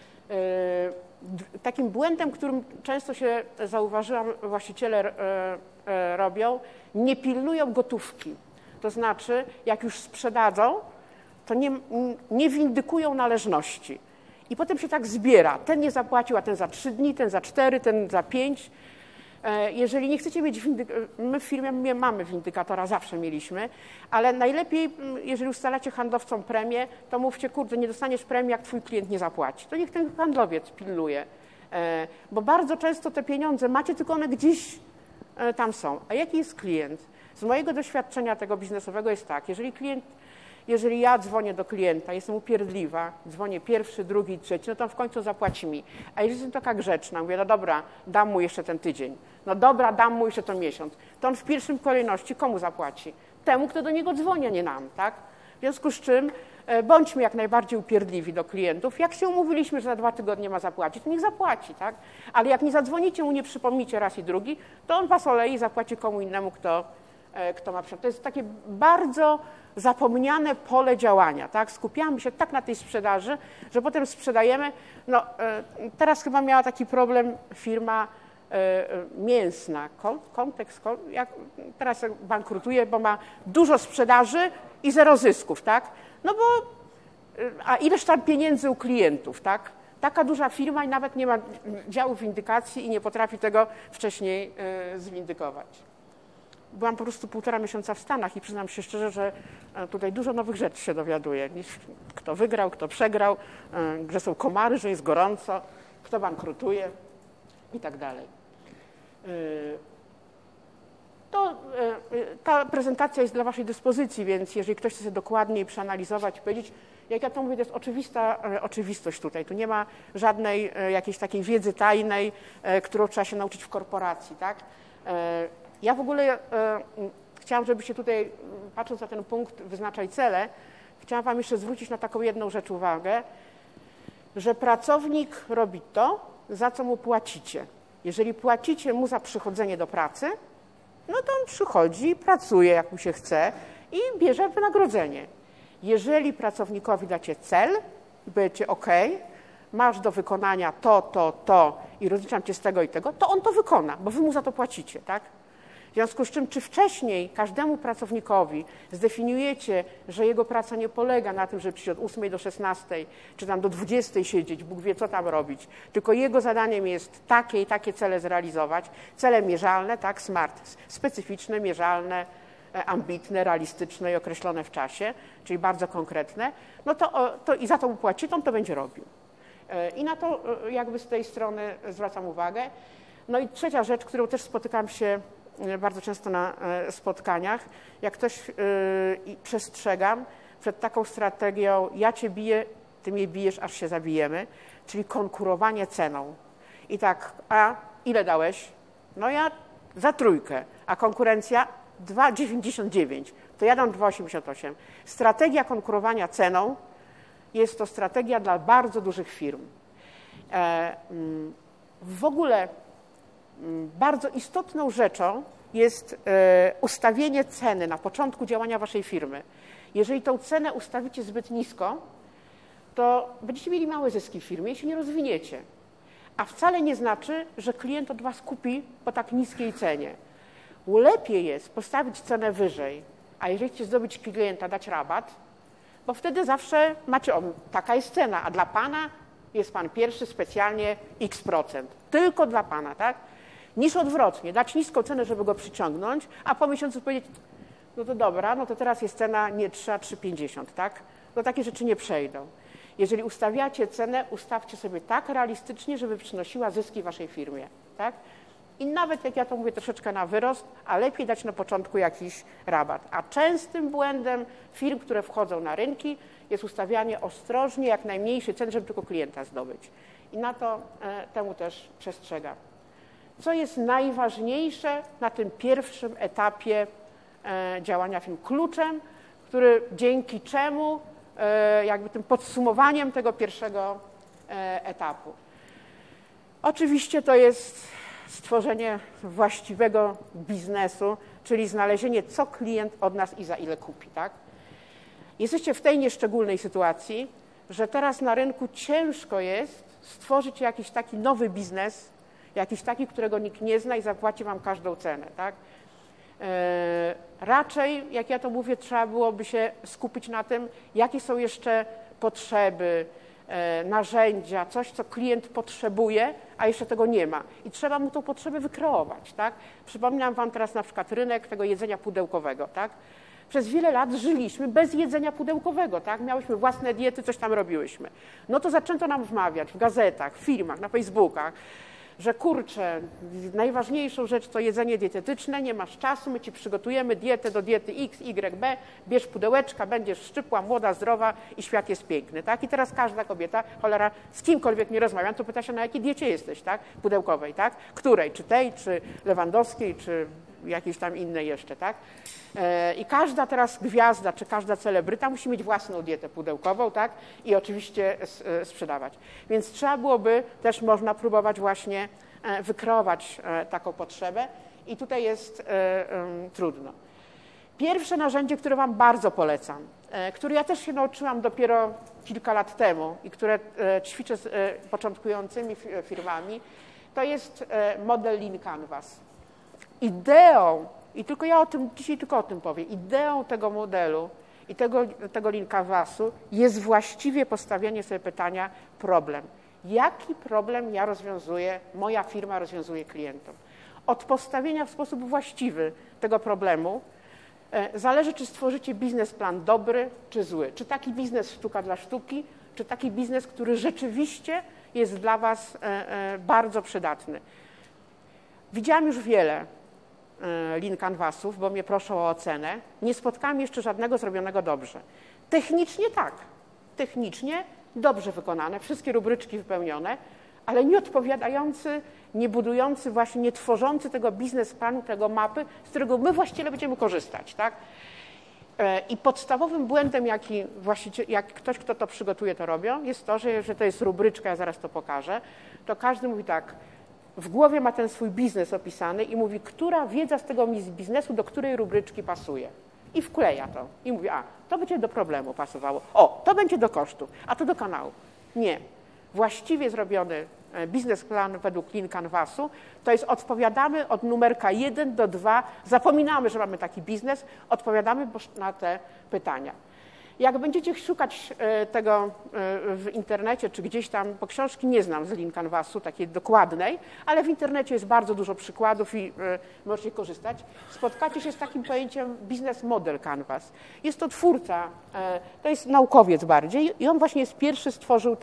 Takim błędem, którym często się zauważyłam, właściciele robią, nie pilnują gotówki. To znaczy, jak już sprzedadzą, to nie windykują należności. I potem się tak zbiera. Ten nie zapłacił, a ten za 3 dni, ten za 4, ten za 5. Jeżeli nie chcecie mieć my w firmie mamy windykatora, zawsze mieliśmy, ale najlepiej, jeżeli ustalacie handlowcom premię, to mówcie, kurde, nie dostaniesz premii, jak twój klient nie zapłaci. To niech ten handlowiec pilnuje, bo bardzo często te pieniądze macie, tylko one gdzieś tam są. A jaki jest klient? Z mojego doświadczenia tego biznesowego jest tak, jeżeli ja dzwonię do klienta, jestem upierdliwa, dzwonię pierwszy, drugi, trzeci, no to w końcu zapłaci mi. A jeżeli jestem taka grzeczna, mówię, no dobra, dam mu jeszcze ten tydzień, no dobra, dam mu jeszcze ten miesiąc, to on w pierwszym kolejności komu zapłaci? Temu, kto do niego dzwoni, a nie nam, tak? W związku z czym bądźmy jak najbardziej upierdliwi do klientów. Jak się umówiliśmy, że za 2 tygodnie ma zapłacić, to niech zapłaci, tak? Ale jak nie zadzwonicie mu, nie przypomnicie raz i drugi, to on was olei i zapłaci komu innemu, kto ma przykład. To jest takie bardzo zapomniane pole działania, tak? Skupiamy się tak na tej sprzedaży, że potem sprzedajemy. No, teraz chyba miała taki problem firma mięsna, Kontekst, teraz bankrutuje, bo ma dużo sprzedaży i 0 zysków, tak? No bo, a ileż tam pieniędzy u klientów, tak? Taka duża firma i nawet nie ma działu windykacji i nie potrafi tego wcześniej zwindykować. Byłam po prostu 1,5 miesiąca w Stanach i przyznam się szczerze, że tutaj dużo nowych rzeczy się dowiaduję. Kto wygrał, kto przegrał, że są komary, że jest gorąco, kto bankrutuje i tak dalej. Ta prezentacja jest dla waszej dyspozycji, więc jeżeli ktoś chce sobie dokładniej przeanalizować, powiedzieć, jak ja to mówię, to jest oczywistość tutaj. Tu nie ma żadnej jakiejś takiej wiedzy tajnej, którą trzeba się nauczyć w korporacji, tak? Ja w ogóle chciałam, żebyście tutaj, patrząc na ten punkt wyznaczaj cele, chciałam wam jeszcze zwrócić na taką jedną rzecz uwagę, że pracownik robi to, za co mu płacicie. Jeżeli płacicie mu za przychodzenie do pracy, no to on przychodzi, pracuje jak mu się chce i bierze wynagrodzenie. Jeżeli pracownikowi dacie cel i powiecie OK, masz do wykonania to i rozliczam cię z tego i tego, to on to wykona, bo wy mu za to płacicie, tak? W związku z czym, czy wcześniej każdemu pracownikowi zdefiniujecie, że jego praca nie polega na tym, że przyjdzie od 8 do 16, czy tam do 20 siedzieć, Bóg wie co tam robić, tylko jego zadaniem jest takie i takie cele zrealizować, cele mierzalne, tak, SMART, specyficzne, mierzalne, ambitne, realistyczne i określone w czasie, czyli bardzo konkretne, no to i za to mu płaci, to on to będzie robił. I na to jakby z tej strony zwracam uwagę. No i trzecia rzecz, którą też spotykam się bardzo często na spotkaniach, jak ktoś i przestrzegam przed taką strategią ja cię biję, ty mnie bijesz, aż się zabijemy, czyli konkurowanie ceną. I tak, a ile dałeś? No ja za 3, a konkurencja 2,99, to ja dam 2,88. Strategia konkurowania ceną jest to strategia dla bardzo dużych firm. W ogóle bardzo istotną rzeczą jest ustawienie ceny na początku działania waszej firmy. Jeżeli tą cenę ustawicie zbyt nisko, to będziecie mieli małe zyski w firmie i się nie rozwiniecie. A wcale nie znaczy, że klient od was kupi po tak niskiej cenie. Lepiej jest postawić cenę wyżej, a jeżeli chcecie zdobyć klienta, dać rabat, bo wtedy zawsze macie, taka jest cena, a dla pana jest pan pierwszy specjalnie x%. Tylko dla pana, tak? Niż odwrotnie, dać niską cenę, żeby go przyciągnąć, a po miesiącu powiedzieć, no to dobra, no to teraz jest cena nie 3, a 3,50, tak? No takie rzeczy nie przejdą. Jeżeli ustawiacie cenę, ustawcie sobie tak realistycznie, żeby przynosiła zyski waszej firmie, tak? I nawet jak ja to mówię troszeczkę na wyrost, a lepiej dać na początku jakiś rabat. A częstym błędem firm, które wchodzą na rynki, jest ustawianie ostrożnie, jak najmniejszej ceny, żeby tylko klienta zdobyć. I na to temu też przestrzegam. Co jest najważniejsze na tym pierwszym etapie działania firm? Kluczem, który dzięki czemu jakby tym podsumowaniem tego pierwszego etapu. Oczywiście to jest stworzenie właściwego biznesu, czyli znalezienie, co klient od nas i za ile kupi, tak? Jesteście w tej nieszczególnej sytuacji, że teraz na rynku ciężko jest stworzyć jakiś taki nowy biznes, jakiś taki, którego nikt nie zna i zapłaci wam każdą cenę, tak? Raczej, jak ja to mówię, trzeba byłoby się skupić na tym, jakie są jeszcze potrzeby, narzędzia, coś, co klient potrzebuje, a jeszcze tego nie ma. I trzeba mu tą potrzebę wykreować, tak? Przypominam wam teraz na przykład rynek tego jedzenia pudełkowego, tak? Przez wiele lat żyliśmy bez jedzenia pudełkowego, tak? Miałyśmy własne diety, coś tam robiłyśmy. No to zaczęto nam wmawiać w gazetach, w filmach, na Facebookach, że kurczę, najważniejszą rzecz to jedzenie dietetyczne, nie masz czasu, my ci przygotujemy dietę do diety X, Y, B, bierz pudełeczka, będziesz szczypła, młoda, zdrowa i świat jest piękny, tak? I teraz każda kobieta, cholera, z kimkolwiek nie rozmawiam, to pyta się, na jakiej diecie jesteś, tak? Pudełkowej, tak? Której? Czy tej, czy lewandowskiej, czy jakiejś tam innej jeszcze, tak? I każda teraz gwiazda, czy każda celebryta musi mieć własną dietę pudełkową, tak? I oczywiście sprzedawać. Więc trzeba byłoby, też można próbować właśnie wykreować taką potrzebę i tutaj jest trudno. Pierwsze narzędzie, które wam bardzo polecam, które ja też się nauczyłam dopiero kilka lat temu i które ćwiczę z początkującymi firmami, to jest model Lean Canvas. Ideą, i tylko ja dzisiaj tylko o tym powiem, ideą tego modelu i tego Lean Canvasu jest właściwie postawienie sobie pytania problem. Jaki problem ja rozwiązuję, moja firma rozwiązuje klientom? Od postawienia w sposób właściwy tego problemu zależy, czy stworzycie biznesplan dobry, czy zły. Czy taki biznes sztuka dla sztuki, czy taki biznes, który rzeczywiście jest dla was bardzo przydatny. Widziałam już wiele Lean Canvasów, bo mnie proszą o ocenę. Nie spotkałam jeszcze żadnego zrobionego dobrze. Technicznie tak. Technicznie dobrze wykonane, wszystkie rubryczki wypełnione, ale nie odpowiadający, nie budujący właśnie, nie tworzący tego biznesplanu, tego mapy, z którego my właściwie będziemy korzystać, tak? I podstawowym błędem, jak ktoś, kto to przygotuje, to robią, jest to, że to jest rubryczka, ja zaraz to pokażę, to każdy mówi tak, w głowie ma ten swój biznes opisany i mówi, która wiedza z tego biznesu do której rubryczki pasuje. i wkleja to. I mówi, to będzie do problemu pasowało. To będzie do kosztów, a to do kanału. Nie. Właściwie zrobiony biznesplan według Lean Canvasu to jest odpowiadamy od numerka 1 do 2, zapominamy, że mamy taki biznes, odpowiadamy na te pytania. Jak będziecie szukać tego w internecie czy gdzieś tam, bo książki nie znam z Lean Canvasu, takiej dokładnej, ale w internecie jest bardzo dużo przykładów i możecie korzystać, spotkacie się z takim pojęciem Business Model Canvas. Jest to twórca, to jest naukowiec bardziej i on właśnie jest pierwszy, stworzył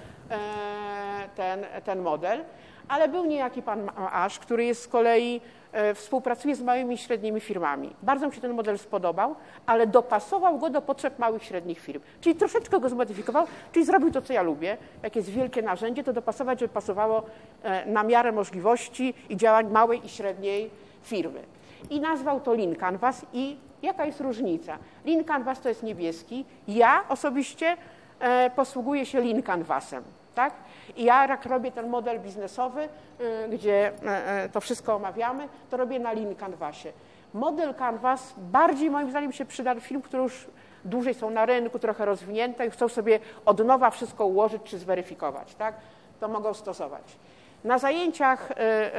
ten model, ale był niejaki pan Ash, który jest z kolei współpracuje z małymi i średnimi firmami. Bardzo mi się ten model spodobał, ale dopasował go do potrzeb małych i średnich firm. Czyli troszeczkę go zmodyfikował, czyli zrobił to, co ja lubię. Jak jest wielkie narzędzie, to dopasować, żeby pasowało na miarę możliwości i działań małej i średniej firmy. I nazwał to Lean Canvas. I jaka jest różnica? Lean Canvas to jest niebieski. Ja osobiście posługuję się Lean Canvasem. Tak? I ja jak robię ten model biznesowy, gdzie to wszystko omawiamy, to robię na Lean Canvasie. Model Canvas bardziej moim zdaniem się przyda firm, które już dłużej są na rynku, trochę rozwinięte i chcą sobie od nowa wszystko ułożyć czy zweryfikować. Tak? To mogą stosować. Na zajęciach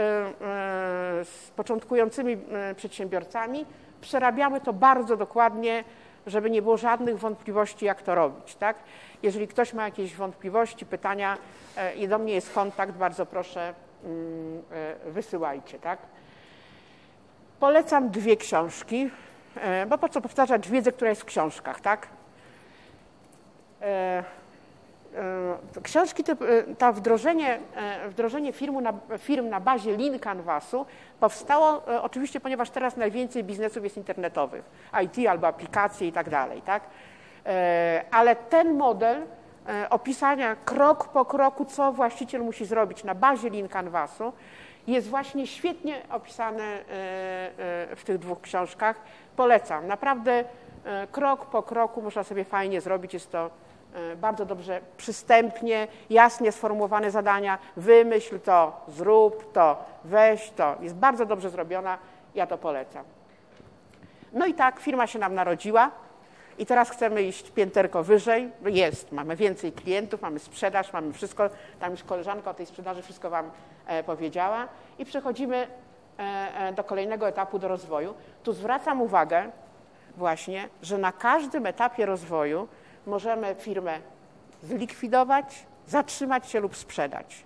z początkującymi przedsiębiorcami przerabiamy to bardzo dokładnie, żeby nie było żadnych wątpliwości, jak to robić. Tak? Jeżeli ktoś ma jakieś wątpliwości, pytania i do mnie jest kontakt, bardzo proszę, wysyłajcie. Tak? Polecam 2 książki, bo po co powtarzać wiedzę, która jest w książkach. Tak? Książki, to wdrożenie firm na bazie Lean Canvasu powstało oczywiście, ponieważ teraz najwięcej biznesów jest internetowych, IT albo aplikacje i tak dalej, tak? Ale ten model opisania krok po kroku, co właściciel musi zrobić na bazie Lean Canvasu, jest właśnie świetnie opisany w tych 2 książkach. Polecam. Naprawdę krok po kroku można sobie fajnie zrobić. Jest to bardzo dobrze, przystępnie, jasnie sformułowane zadania. Wymyśl to, zrób to, weź to. Jest bardzo dobrze zrobiona. Ja to polecam. No i tak firma się nam narodziła. I teraz chcemy iść pięterko wyżej. Mamy więcej klientów, mamy sprzedaż, mamy wszystko. Tam już koleżanka o tej sprzedaży wszystko Wam powiedziała. I przechodzimy do kolejnego etapu do rozwoju. Tu zwracam uwagę właśnie, że na każdym etapie rozwoju możemy firmę zlikwidować, zatrzymać się lub sprzedać.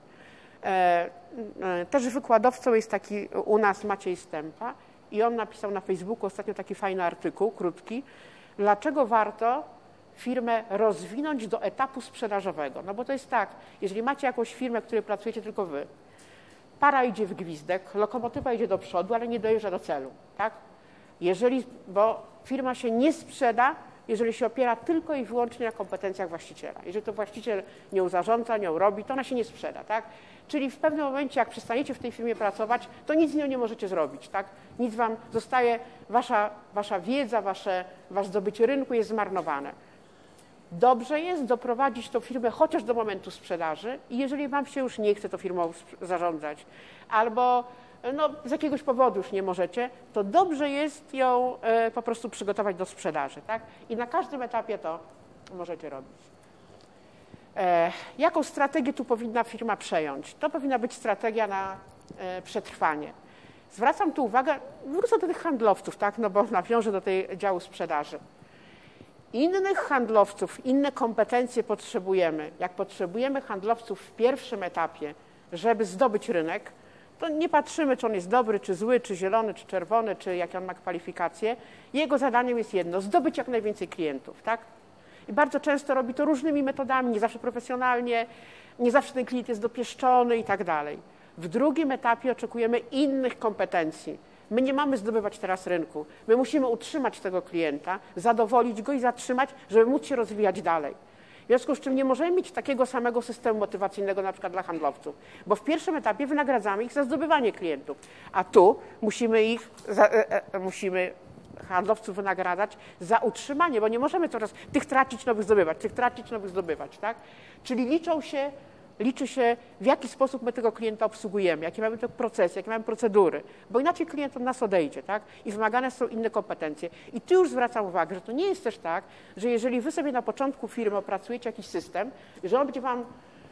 Też wykładowcą jest taki u nas Maciej Stępa i on napisał na Facebooku ostatnio taki fajny artykuł, krótki, dlaczego warto firmę rozwinąć do etapu sprzedażowego. No bo to jest tak, jeżeli macie jakąś firmę, w której pracujecie tylko wy, para idzie w gwizdek, lokomotywa idzie do przodu, ale nie dojeżdża do celu. Tak? Bo firma się nie sprzeda, jeżeli się opiera tylko i wyłącznie na kompetencjach właściciela. Jeżeli to właściciel nią zarządza, nią robi, to ona się nie sprzeda. Tak? Czyli w pewnym momencie, jak przestaniecie w tej firmie pracować, to nic z nią nie możecie zrobić. Tak? Nic Wam zostaje, wasza wiedza, wasze zdobycie rynku jest zmarnowane. Dobrze jest doprowadzić tą firmę chociaż do momentu sprzedaży i jeżeli Wam się już nie chce tą firmą zarządzać albo z jakiegoś powodu już nie możecie, to dobrze jest ją po prostu przygotować do sprzedaży. Tak? I na każdym etapie to możecie robić. Jaką strategię tu powinna firma przejąć? To powinna być strategia na przetrwanie. Zwracam tu uwagę, wrócę do tych handlowców, tak? Bo nawiążę do tej działu sprzedaży. Innych handlowców, inne kompetencje potrzebujemy. Jak potrzebujemy handlowców w pierwszym etapie, żeby zdobyć rynek, to nie patrzymy, czy on jest dobry, czy zły, czy zielony, czy czerwony, czy jakie on ma kwalifikacje. Jego zadaniem jest jedno, zdobyć jak najwięcej klientów. Tak? I bardzo często robi to różnymi metodami, nie zawsze profesjonalnie, nie zawsze ten klient jest dopieszczony i tak dalej. W drugim etapie oczekujemy innych kompetencji. My nie mamy zdobywać teraz rynku. My musimy utrzymać tego klienta, zadowolić go i zatrzymać, żeby móc się rozwijać dalej. W związku z czym nie możemy mieć takiego samego systemu motywacyjnego na przykład dla handlowców, bo w pierwszym etapie wynagradzamy ich za zdobywanie klientów, a tu musimy handlowców wynagradzać za utrzymanie, bo nie możemy coraz tych tracić, nowych zdobywać, tych tracić, nowych zdobywać. Tak? Czyli liczą się Liczy się, w jaki sposób my tego klienta obsługujemy, jakie mamy te procesy, jakie mamy procedury, bo inaczej klient od nas odejdzie, tak? I wymagane są inne kompetencje. I tu już zwracam uwagę, że to nie jest też tak, że jeżeli wy sobie na początku firmy opracujecie jakiś system, że on będzie wam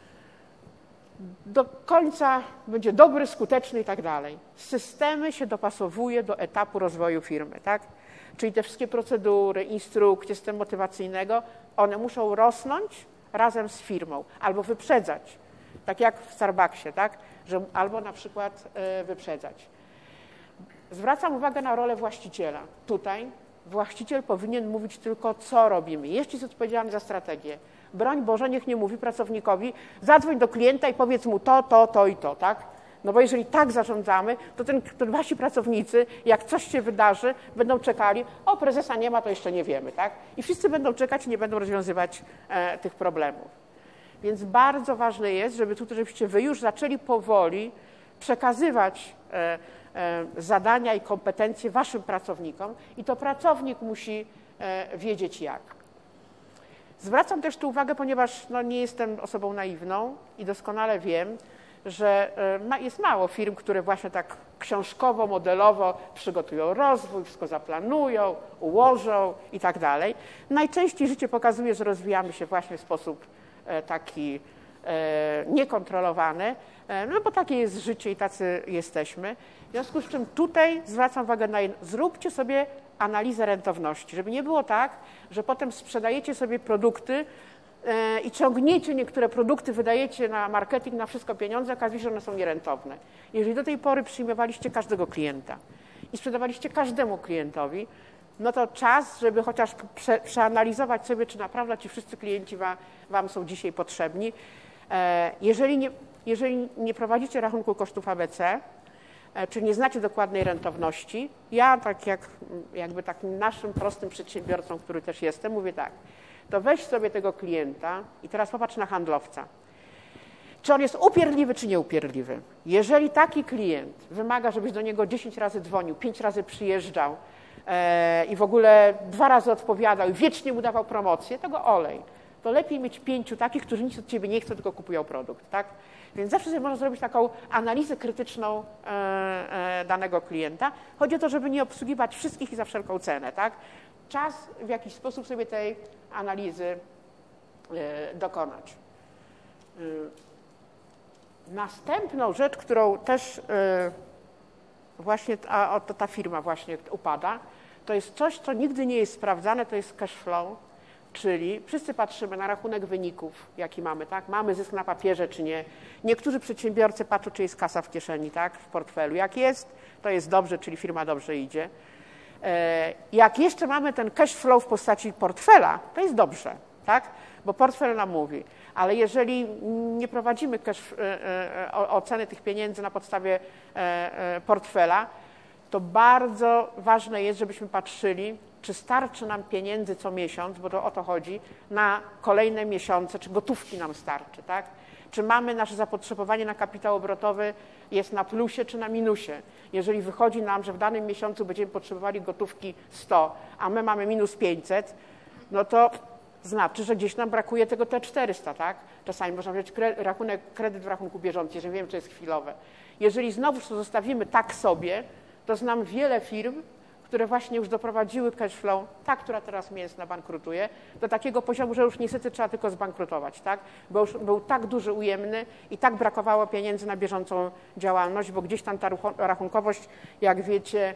do końca będzie dobry, skuteczny i tak dalej. Systemy się dopasowuje do etapu rozwoju firmy, tak? Czyli te wszystkie procedury, instrukcje, system motywacyjnego, one muszą rosnąć razem z firmą albo wyprzedzać, tak jak w Starbucksie, tak? Że albo na przykład wyprzedzać. Zwracam uwagę na rolę właściciela. Tutaj właściciel powinien mówić tylko, co robimy. Jeśli jest odpowiedzialny za strategię, broń Boże, niech nie mówi pracownikowi, zadzwoń do klienta i powiedz mu to i to, tak? No bo jeżeli tak zarządzamy, to wasi pracownicy, jak coś się wydarzy, będą czekali, o prezesa nie ma, to jeszcze nie wiemy, tak? I wszyscy będą czekać i nie będą rozwiązywać tych problemów. Więc bardzo ważne jest, żebyście wy już zaczęli powoli przekazywać zadania i kompetencje waszym pracownikom i to pracownik musi wiedzieć jak. Zwracam też tu uwagę, ponieważ nie jestem osobą naiwną i doskonale wiem, że jest mało firm, które właśnie tak książkowo, modelowo przygotują rozwój, wszystko zaplanują, ułożą i tak dalej. Najczęściej życie pokazuje, że rozwijamy się właśnie w sposób taki niekontrolowany, no bo takie jest życie i tacy jesteśmy. W związku z czym tutaj zwracam uwagę na jedno. Zróbcie sobie analizę rentowności, żeby nie było tak, że potem sprzedajecie sobie produkty i ciągniecie niektóre produkty, wydajecie na marketing, na wszystko pieniądze, okazuje się, że one są nierentowne. Jeżeli do tej pory przyjmowaliście każdego klienta i sprzedawaliście każdemu klientowi, no to czas, żeby chociaż przeanalizować sobie, czy naprawdę ci wszyscy klienci wam są dzisiaj potrzebni. Jeżeli nie prowadzicie rachunku kosztów ABC, czy nie znacie dokładnej rentowności, ja jakby takim naszym prostym przedsiębiorcą, który też jestem, mówię tak, to weź sobie tego klienta i teraz popatrz na handlowca. Czy on jest upierdliwy, czy nieupierdliwy? Jeżeli taki klient wymaga, żebyś do niego 10 razy dzwonił, 5 razy przyjeżdżał i w ogóle 2 razy odpowiadał i wiecznie mu dawał promocję, to go olej. To lepiej mieć 5 takich, którzy nic od ciebie nie chcą, tylko kupują produkt, tak? Więc zawsze sobie można zrobić taką analizę krytyczną danego klienta. Chodzi o to, żeby nie obsługiwać wszystkich i za wszelką cenę, tak? Czas w jakiś sposób sobie tej analizy dokonać. Następną rzecz, którą też właśnie ta firma właśnie upada, to jest coś, co nigdy nie jest sprawdzane, to jest cash flow, czyli wszyscy patrzymy na rachunek wyników, jaki mamy, tak? Mamy zysk na papierze, czy nie. Niektórzy przedsiębiorcy patrzą, czy jest kasa w kieszeni, tak? W portfelu. Jak jest, to jest dobrze, czyli firma dobrze idzie. Jak jeszcze mamy ten cash flow w postaci portfela, to jest dobrze, tak? Bo portfel nam mówi, ale jeżeli nie prowadzimy oceny tych pieniędzy na podstawie portfela, to bardzo ważne jest, żebyśmy patrzyli, czy starczy nam pieniędzy co miesiąc, bo to o to chodzi, na kolejne miesiące, czy gotówki nam starczy, tak? Czy mamy nasze zapotrzebowanie na kapitał obrotowy jest na plusie czy na minusie. Jeżeli wychodzi nam, że w danym miesiącu będziemy potrzebowali gotówki 100, a my mamy minus 500, no to znaczy, że gdzieś nam brakuje tego T400, tak? Czasami można wziąć kredyt w rachunku bieżącym, jeżeli wiem, że jest chwilowe. Jeżeli znowu to zostawimy tak sobie, to znam wiele firm, które właśnie już doprowadziły cash flow, ta, która teraz mnie bankrutuje, do takiego poziomu, że już niestety trzeba tylko zbankrutować, tak? Bo już był tak duży ujemny i tak brakowało pieniędzy na bieżącą działalność, bo gdzieś tam ta rachunkowość, jak wiecie,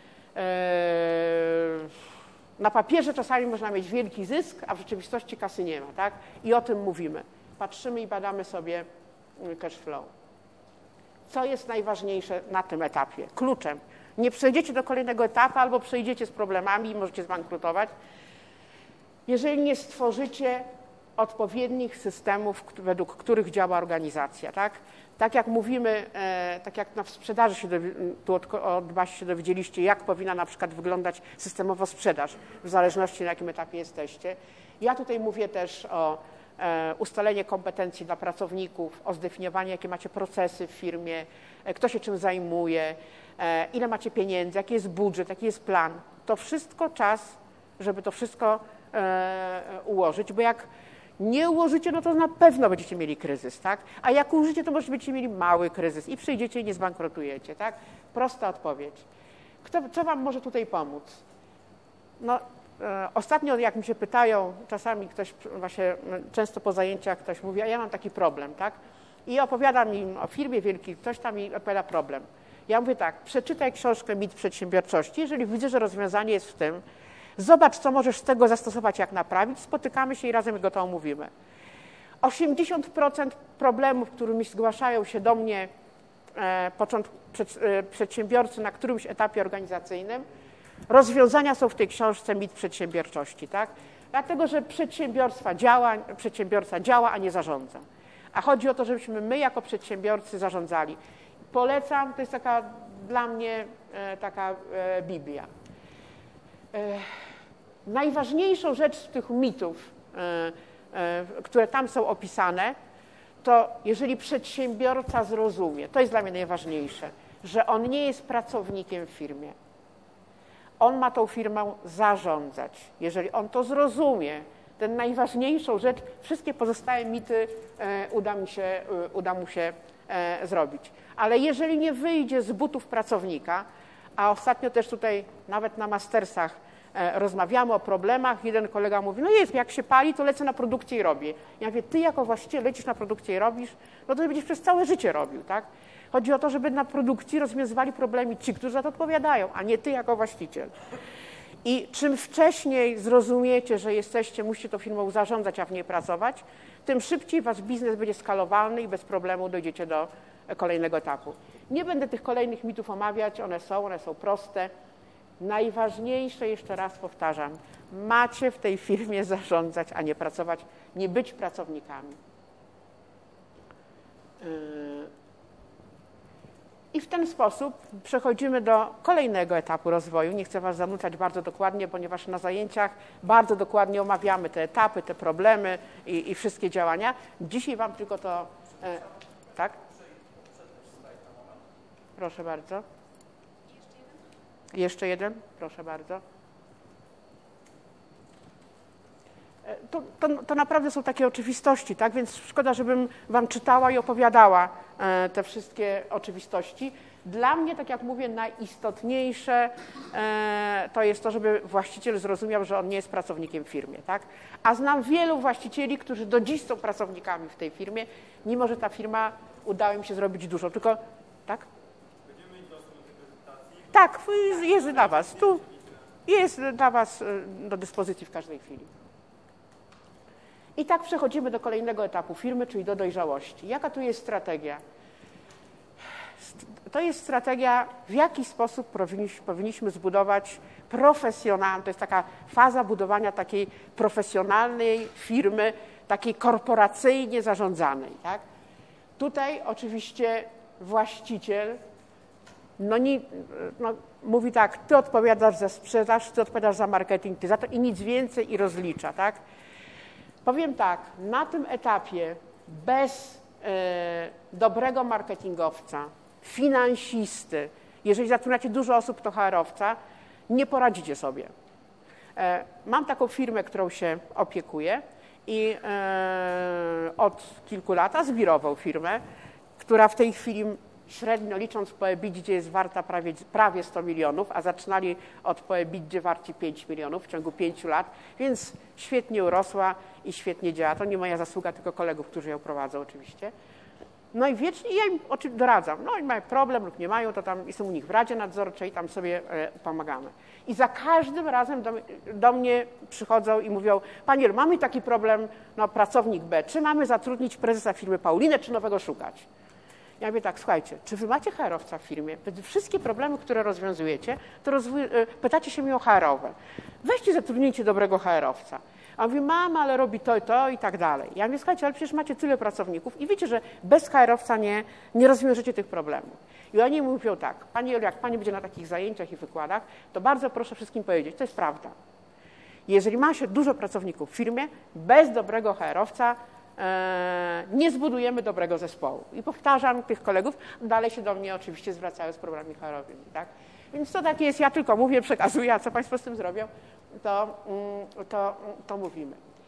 na papierze czasami można mieć wielki zysk, a w rzeczywistości kasy nie ma, tak? I o tym mówimy. Patrzymy i badamy sobie cash flow. Co jest najważniejsze na tym etapie? Kluczem. Nie przejdziecie do kolejnego etapu albo przejdziecie z problemami i możecie zbankrutować, jeżeli nie stworzycie odpowiednich systemów, według których działa organizacja. Tak jak mówimy, tak jak w sprzedaży od Basi się dowiedzieliście, jak powinna na przykład wyglądać systemowo sprzedaż, w zależności na jakim etapie jesteście. Ja tutaj mówię też o ustalenie kompetencji dla pracowników, o zdefiniowaniu, jakie macie procesy w firmie, kto się czym zajmuje, ile macie pieniędzy, jaki jest budżet, jaki jest plan. To wszystko czas, żeby to wszystko ułożyć, bo jak Nie ułożycie, no to na pewno będziecie mieli kryzys, tak? A jak ułożycie, to może będziecie mieli mały kryzys i przyjdziecie i nie zbankrutujecie, tak? Prosta odpowiedź. Co wam może tutaj pomóc? No, ostatnio jak mi się pytają, czasami ktoś właśnie, często po zajęciach ktoś mówi, a ja mam taki problem, tak? I opowiadam im o firmie wielkiej, ktoś tam mi opowiada problem. Ja mówię tak, przeczytaj książkę Mit przedsiębiorczości, jeżeli widzę, że rozwiązanie jest w tym, zobacz, co możesz z tego zastosować, jak naprawić, spotykamy się i razem go to omówimy. 80% problemów, którymi zgłaszają się do mnie przedsiębiorcy na którymś etapie organizacyjnym, rozwiązania są w tej książce Mit przedsiębiorczości, tak? Dlatego, że przedsiębiorca działa, a nie zarządza. A chodzi o to, żebyśmy my jako przedsiębiorcy zarządzali. Polecam, to jest taka dla mnie taka Biblia. Najważniejszą rzecz z tych mitów, które tam są opisane, to jeżeli przedsiębiorca zrozumie, to jest dla mnie najważniejsze, że on nie jest pracownikiem w firmie. On ma tą firmą zarządzać. Jeżeli on to zrozumie, tę najważniejszą rzecz, wszystkie pozostałe mity uda mu się zrobić. Ale jeżeli nie wyjdzie z butów pracownika, a ostatnio też tutaj nawet na mastersach rozmawiamy o problemach, jeden kolega mówi, no jest, jak się pali, to lecę na produkcję i robię. Ja mówię, ty jako właściciel lecisz na produkcję i robisz, no to będziesz przez całe życie robił, tak? Chodzi o to, żeby na produkcji rozwiązywali problemy ci, którzy za to odpowiadają, a nie ty jako właściciel. I czym wcześniej zrozumiecie, że musicie tą firmą zarządzać, a w niej pracować, tym szybciej wasz biznes będzie skalowalny i bez problemu dojdziecie do kolejnego etapu. Nie będę tych kolejnych mitów omawiać, one są proste. Najważniejsze, jeszcze raz powtarzam, macie w tej firmie zarządzać, a nie pracować, nie być pracownikami. I w ten sposób przechodzimy do kolejnego etapu rozwoju. Nie chcę was zanudzać bardzo dokładnie, ponieważ na zajęciach bardzo dokładnie omawiamy te etapy, te problemy i wszystkie działania. Dzisiaj wam tylko to... tak? Proszę bardzo. Jeszcze jeden? Proszę bardzo. To naprawdę są takie oczywistości, tak? Więc szkoda, żebym wam czytała i opowiadała te wszystkie oczywistości. Dla mnie, tak jak mówię, najistotniejsze to jest to, żeby właściciel zrozumiał, że on nie jest pracownikiem w firmie, tak? A znam wielu właścicieli, którzy do dziś są pracownikami w tej firmie, mimo że ta firma udało im się zrobić dużo, tylko... tak? Tak, jest dla was. Tu jest dla was do dyspozycji w każdej chwili. I tak przechodzimy do kolejnego etapu firmy, czyli do dojrzałości. Jaka tu jest strategia? To jest strategia, w jaki sposób powinniśmy zbudować profesjonalną, to jest taka faza budowania takiej profesjonalnej firmy, takiej korporacyjnie zarządzanej. Tak? Tutaj oczywiście właściciel mówi tak, ty odpowiadasz za sprzedaż, ty odpowiadasz za marketing, ty za to i nic więcej i rozlicza. Tak? Powiem tak, na tym etapie bez dobrego marketingowca, finansisty, jeżeli zatrudniacie dużo osób, to HR-owca, nie poradzicie sobie. Mam taką firmę, którą się opiekuję i od kilku lat, zbirową firmę, która w tej chwili średnio licząc po EBITDA jest warta prawie 100 milionów, a zaczynali od po EBITDA warci 5 milionów w ciągu 5 lat, więc świetnie urosła i świetnie działa. To nie moja zasługa, tylko kolegów, którzy ją prowadzą oczywiście. No i wiecznie ja im oczywiście doradzam. No i mają problem lub nie mają, to tam jestem u nich w Radzie Nadzorczej, tam sobie pomagamy. I za każdym razem do mnie przychodzą i mówią, Pani, mamy taki problem, pracownik B, czy mamy zatrudnić prezesa firmy Paulinę, czy nowego szukać? Ja mówię tak, słuchajcie, czy wy macie HR-owca w firmie? Wszystkie problemy, które rozwiązujecie, to pytacie się mnie o HR-owe. Weźcie, zatrudnijcie dobrego HR-owca. A on mówi, mama, ale robi to i tak dalej. Ja mówię, słuchajcie, ale przecież macie tyle pracowników i wiecie, że bez HR-owca nie rozwiążecie tych problemów. I oni mówią tak, Pani Jolu, jak Pani będzie na takich zajęciach i wykładach, to bardzo proszę wszystkim powiedzieć, to jest prawda. Jeżeli ma się dużo pracowników w firmie, bez dobrego HR-owca nie zbudujemy dobrego zespołu. I powtarzam tych kolegów, dalej się do mnie oczywiście zwracają z problemami HR-owymi. Tak? Więc to takie jest, ja tylko mówię, przekazuję, a co Państwo z tym zrobią, to mówimy.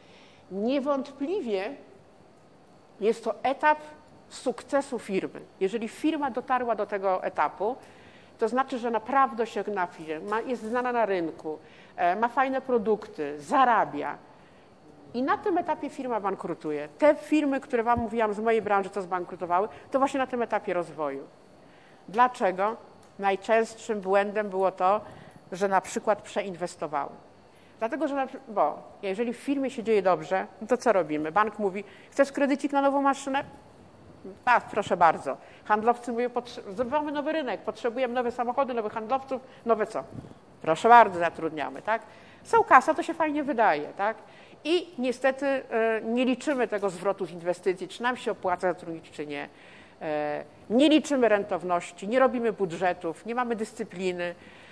Niewątpliwie jest to etap sukcesu firmy. Jeżeli firma dotarła do tego etapu, to znaczy, że naprawdę osiągnęła firmę, jest znana na rynku, ma fajne produkty, zarabia. I na tym etapie firma bankrutuje. Te firmy, które wam mówiłam z mojej branży, co zbankrutowały, to właśnie na tym etapie rozwoju. Dlaczego? Najczęstszym błędem było to, że na przykład przeinwestowały. Dlatego, że bo jeżeli w firmie się dzieje dobrze, no to co robimy? Bank mówi, chcesz kredycik na nową maszynę? Tak, proszę bardzo. Handlowcy mówią, zdobywamy nowy rynek, potrzebujemy nowe samochody, nowych handlowców, nowe co? Proszę bardzo, zatrudniamy, tak? Są kasa, to się fajnie wydaje, tak? I niestety nie liczymy tego zwrotu z inwestycji, czy nam się opłaca zatrudnić, czy nie. Nie liczymy rentowności, nie robimy budżetów, nie mamy dyscypliny.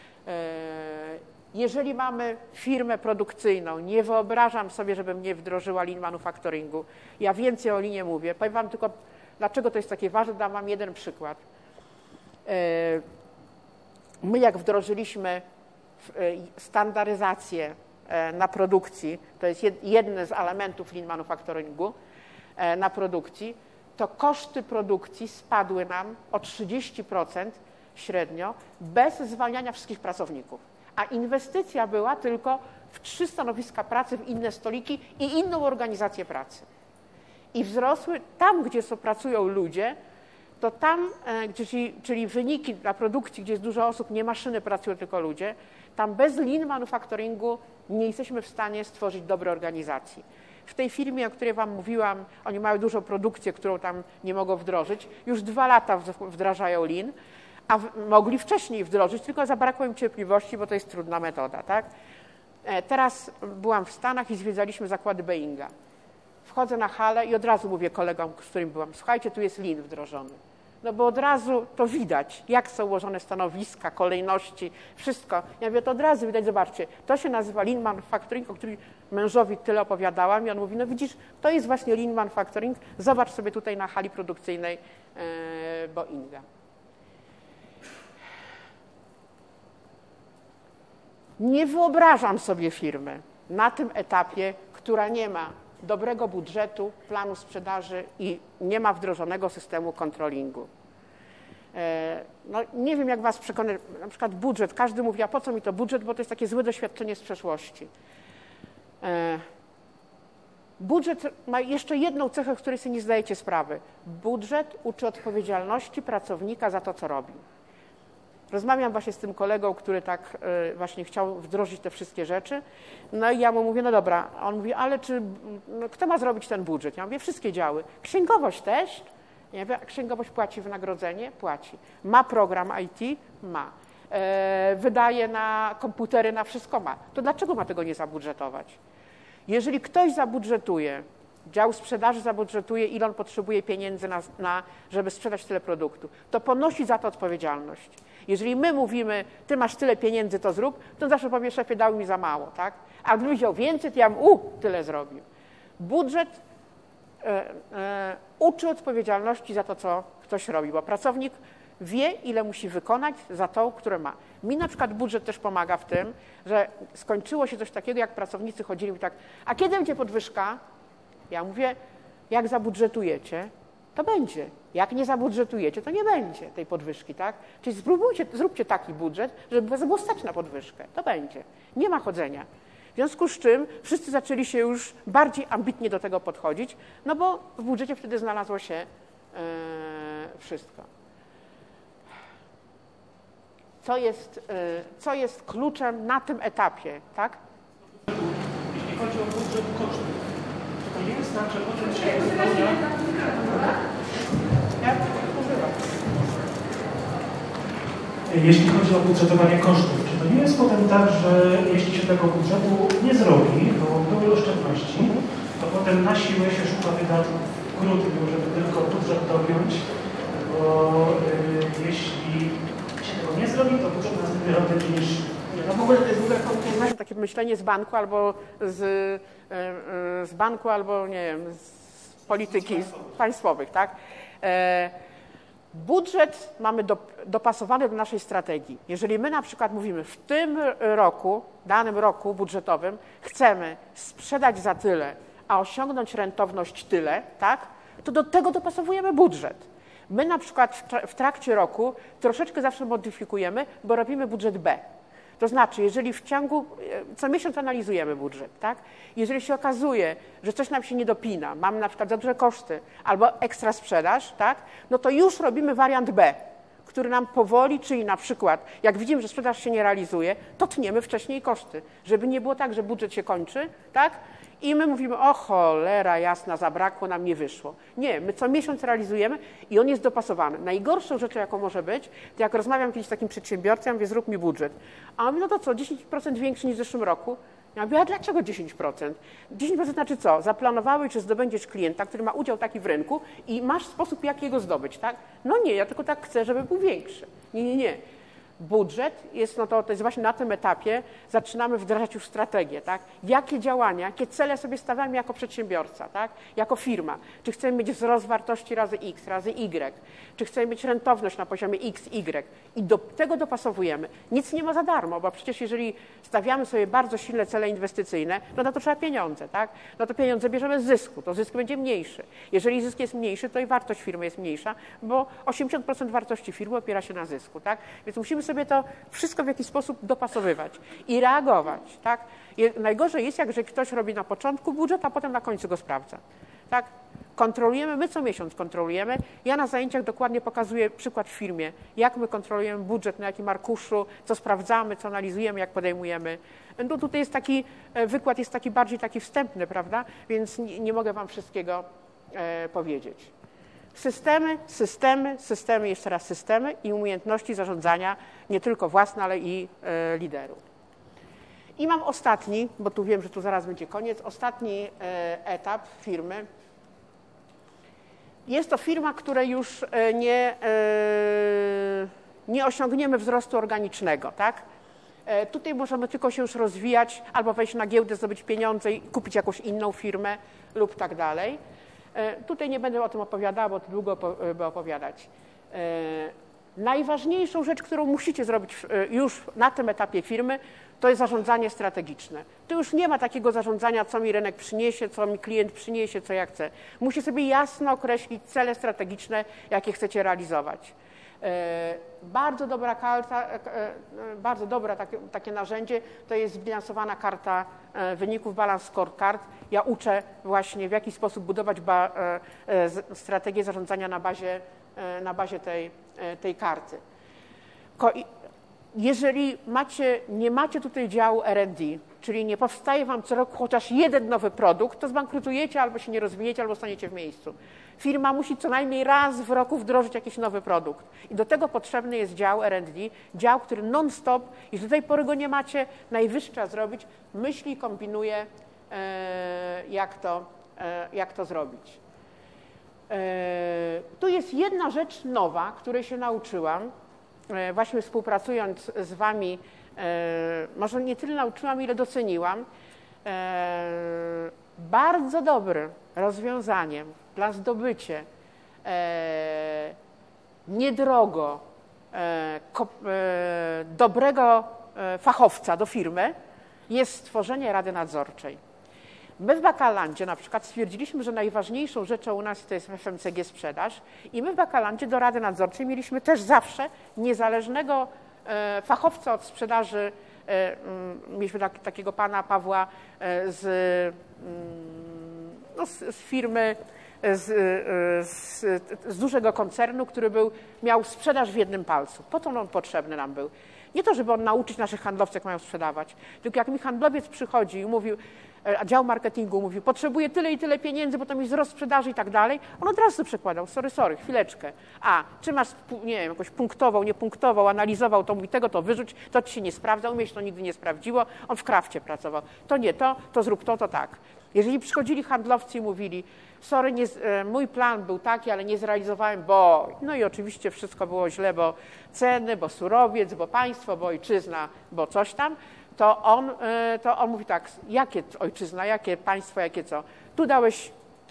Jeżeli mamy firmę produkcyjną, nie wyobrażam sobie, żebym nie wdrożyła lean manufacturingu. Ja więcej o linie mówię. Powiem wam tylko, dlaczego to jest takie ważne, dam wam jeden przykład. My jak wdrożyliśmy standaryzację na produkcji, to jest jeden z elementów lean manufacturingu na produkcji, to koszty produkcji spadły nam o 30% średnio bez zwalniania wszystkich pracowników. A inwestycja była tylko w 3 stanowiska pracy, w inne stoliki i inną organizację pracy. I wzrosły tam, gdzie pracują ludzie, to tam, czyli wyniki dla produkcji, gdzie jest dużo osób, nie maszyny pracują, tylko ludzie, tam bez lean manufacturingu nie jesteśmy w stanie stworzyć dobrej organizacji. W tej firmie, o której wam mówiłam, oni mają dużą produkcję, którą tam nie mogą wdrożyć. Już 2 lata wdrażają lean, a mogli wcześniej wdrożyć, tylko zabrakło im cierpliwości, bo to jest trudna metoda, tak? Teraz byłam w Stanach i zwiedzaliśmy zakłady Boeinga. Wchodzę na halę i od razu mówię kolegom, z którymi byłam, słuchajcie, tu jest lean wdrożony. No bo od razu to widać, jak są ułożone stanowiska, kolejności, wszystko. Ja mówię, to od razu widać, zobaczcie, to się nazywa lean manufacturing, o którym mężowi tyle opowiadałam i on mówi, no widzisz, to jest właśnie lean manufacturing, zobacz sobie tutaj na hali produkcyjnej Boeinga. Nie wyobrażam sobie firmy na tym etapie, która nie ma dobrego budżetu, planu sprzedaży i nie ma wdrożonego systemu kontrolingu. No, nie wiem, jak was przekonać, na przykład budżet. Każdy mówi, a po co mi to budżet, bo to jest takie złe doświadczenie z przeszłości. Budżet ma jeszcze jedną cechę, z której sobie nie zdajecie sprawy. Budżet uczy odpowiedzialności pracownika za to, co robi. Rozmawiam właśnie z tym kolegą, który tak właśnie chciał wdrożyć te wszystkie rzeczy. No i ja mu mówię, no dobra. A on mówi, ale kto ma zrobić ten budżet? Ja mówię, wszystkie działy. Księgowość też? Ja mówię, a księgowość płaci wynagrodzenie? Płaci. Ma program IT? Ma. Wydaje na komputery, na wszystko ma. To dlaczego ma tego nie zabudżetować? Jeżeli ktoś zabudżetuje, dział sprzedaży zabudżetuje, ile on potrzebuje pieniędzy żeby sprzedać tyle produktu, to ponosi za to odpowiedzialność. Jeżeli my mówimy, ty masz tyle pieniędzy, to zrób, to zawsze powie, szefie, dał mi za mało, tak? A gdyby wziął więcej, to ja bym, tyle zrobił. Budżet uczy odpowiedzialności za to, co ktoś robi, bo pracownik wie, ile musi wykonać za to, które ma. Mi na przykład budżet też pomaga w tym, że skończyło się coś takiego, jak pracownicy chodzili i tak, a kiedy będzie podwyżka? Ja mówię, jak zabudżetujecie, to będzie. Jak nie zabudżetujecie, to nie będzie tej podwyżki, tak? Czyli zróbcie taki budżet, żeby was było stać na podwyżkę. To będzie. Nie ma chodzenia. W związku z czym wszyscy zaczęli się już bardziej ambitnie do tego podchodzić, no bo w budżecie wtedy znalazło się wszystko. Co jest kluczem na tym etapie, tak? Jeśli chodzi o budżet kosztów, to nie jest tak, że potem się wypełnia... Jeśli chodzi o budżetowanie kosztów, czy to nie jest potem tak, że jeśli się tego budżetu nie zrobi, bo były oszczędności, to potem na siłę się szuka wydatków krótkim, żeby tylko budżet dopiąć, bo jeśli się tego nie zrobi, to budżet następny rok będzie niższy. No w ogóle to jest w ogóle takie myślenie z banku albo z banku, albo nie wiem, z polityki państwowych, tak? Budżet mamy dopasowany do naszej strategii. Jeżeli my na przykład mówimy, w tym roku, danym roku budżetowym chcemy sprzedać za tyle, a osiągnąć rentowność tyle, tak, to do tego dopasowujemy budżet. My na przykład w trakcie roku troszeczkę zawsze modyfikujemy, bo robimy budżet B. To znaczy, jeżeli co miesiąc analizujemy budżet, tak? Jeżeli się okazuje, że coś nam się nie dopina, mamy na przykład za duże koszty albo ekstra sprzedaż, tak? No to już robimy wariant B, który nam powoli, czyli na przykład jak widzimy, że sprzedaż się nie realizuje, to tniemy wcześniej koszty, żeby nie było tak, że budżet się kończy, tak? I my mówimy, o cholera jasna, zabrakło, nam nie wyszło. Nie, my co miesiąc realizujemy i on jest dopasowany. Najgorszą rzeczą, jaką może być, to jak rozmawiam kiedyś z takim przedsiębiorcą, ja mówię, zrób mi budżet. A on mówi, no to co, 10% większy niż w zeszłym roku? Ja mówię, a dlaczego 10%? 10% znaczy co? Zaplanowałeś, że zdobędziesz klienta, który ma udział taki w rynku i masz sposób, jak jego zdobyć, tak? No nie, ja tylko tak chcę, żeby był większy. Nie. Budżet jest, no to jest właśnie na tym etapie, zaczynamy wdrażać już strategię, tak? Jakie działania, jakie cele sobie stawiamy jako przedsiębiorca, tak? Jako firma. Czy chcemy mieć wzrost wartości razy X, razy Y, czy chcemy mieć rentowność na poziomie X, Y i do tego dopasowujemy. Nic nie ma za darmo, bo przecież jeżeli stawiamy sobie bardzo silne cele inwestycyjne, no to trzeba pieniądze, tak? No to pieniądze bierzemy z zysku, to zysk będzie mniejszy. Jeżeli zysk jest mniejszy, to i wartość firmy jest mniejsza, bo 80% wartości firmy opiera się na zysku, tak? Więc musimy sobie to wszystko w jakiś sposób dopasowywać i reagować, tak? Najgorzej jest, jak że ktoś robi na początku budżet, a potem na końcu go sprawdza, tak? Kontrolujemy, my co miesiąc kontrolujemy. Ja na zajęciach dokładnie pokazuję przykład w firmie, jak my kontrolujemy budżet, na jakim arkuszu, co sprawdzamy, co analizujemy, jak podejmujemy. No tutaj jest taki wykład, jest taki bardziej taki wstępny, prawda? Więc nie mogę wam wszystkiego powiedzieć. Systemy, jeszcze raz systemy i umiejętności zarządzania nie tylko własne, ale i liderów. I mam ostatni, bo tu wiem, że tu zaraz będzie koniec, ostatni etap firmy. Jest to firma, której już nie osiągniemy wzrostu organicznego, tak? Tutaj możemy tylko się już rozwijać, albo wejść na giełdę, zdobyć pieniądze i kupić jakąś inną firmę lub tak dalej. Tutaj nie będę o tym opowiadała, bo to długo by opowiadać. Najważniejszą rzecz, którą musicie zrobić już na tym etapie firmy, to jest zarządzanie strategiczne. Tu już nie ma takiego zarządzania, co mi rynek przyniesie, co mi klient przyniesie, co ja chcę. Musi sobie jasno określić cele strategiczne, jakie chcecie realizować. Bardzo dobra karta, bardzo dobre takie narzędzie to jest zbilansowana karta wyników, balance scorecard. Ja uczę właśnie, w jaki sposób budować strategię zarządzania na bazie tej karty. Jeżeli nie macie tutaj działu R&D, czyli nie powstaje wam co roku chociaż jeden nowy produkt, to zbankrutujecie albo się nie rozwijecie, albo staniecie w miejscu. Firma musi co najmniej raz w roku wdrożyć jakiś nowy produkt. I do tego potrzebny jest dział R&D, dział, który non-stop, jeśli do tej pory go nie macie, najwyższy czas zrobić, myśli, kombinuje, jak to zrobić. Tu jest jedna rzecz nowa, której się nauczyłam, właśnie współpracując z wami, może nie tyle nauczyłam, ile doceniłam. Bardzo dobrym rozwiązaniem dla zdobycia niedrogo dobrego fachowca do firmy jest stworzenie rady nadzorczej. My w Bakalandzie na przykład stwierdziliśmy, że najważniejszą rzeczą u nas to jest FMCG sprzedaż i my w Bakalandzie do rady nadzorczej mieliśmy też zawsze niezależnego fachowca od sprzedaży. Mieliśmy takiego pana Pawła z firmy, z dużego koncernu, który miał sprzedaż w jednym palcu. Po to on potrzebny nam był. Nie to, żeby on nauczyć naszych handlowców, jak mają sprzedawać, tylko jak mi handlowiec przychodzi i mówił, a dział marketingu mówił, potrzebuję tyle i tyle pieniędzy, bo to mi wzrost sprzedaży i tak dalej, on od razu przekładał, sorry, chwileczkę. Czy masz, nie wiem, jakoś punktował, nie punktował, analizował, to mówi tego, to wyrzuć, to ci się nie sprawdza, u mnie się to nigdy nie sprawdziło, on w Krafcie pracował. To nie to zrób to tak. Jeżeli przychodzili handlowcy i mówili, sorry, mój plan był taki, ale nie zrealizowałem, bo... No i oczywiście wszystko było źle, bo ceny, bo surowiec, bo państwo, bo ojczyzna, bo coś tam, to on mówi tak, jakie ojczyzna, jakie państwo, jakie co. Tu dałeś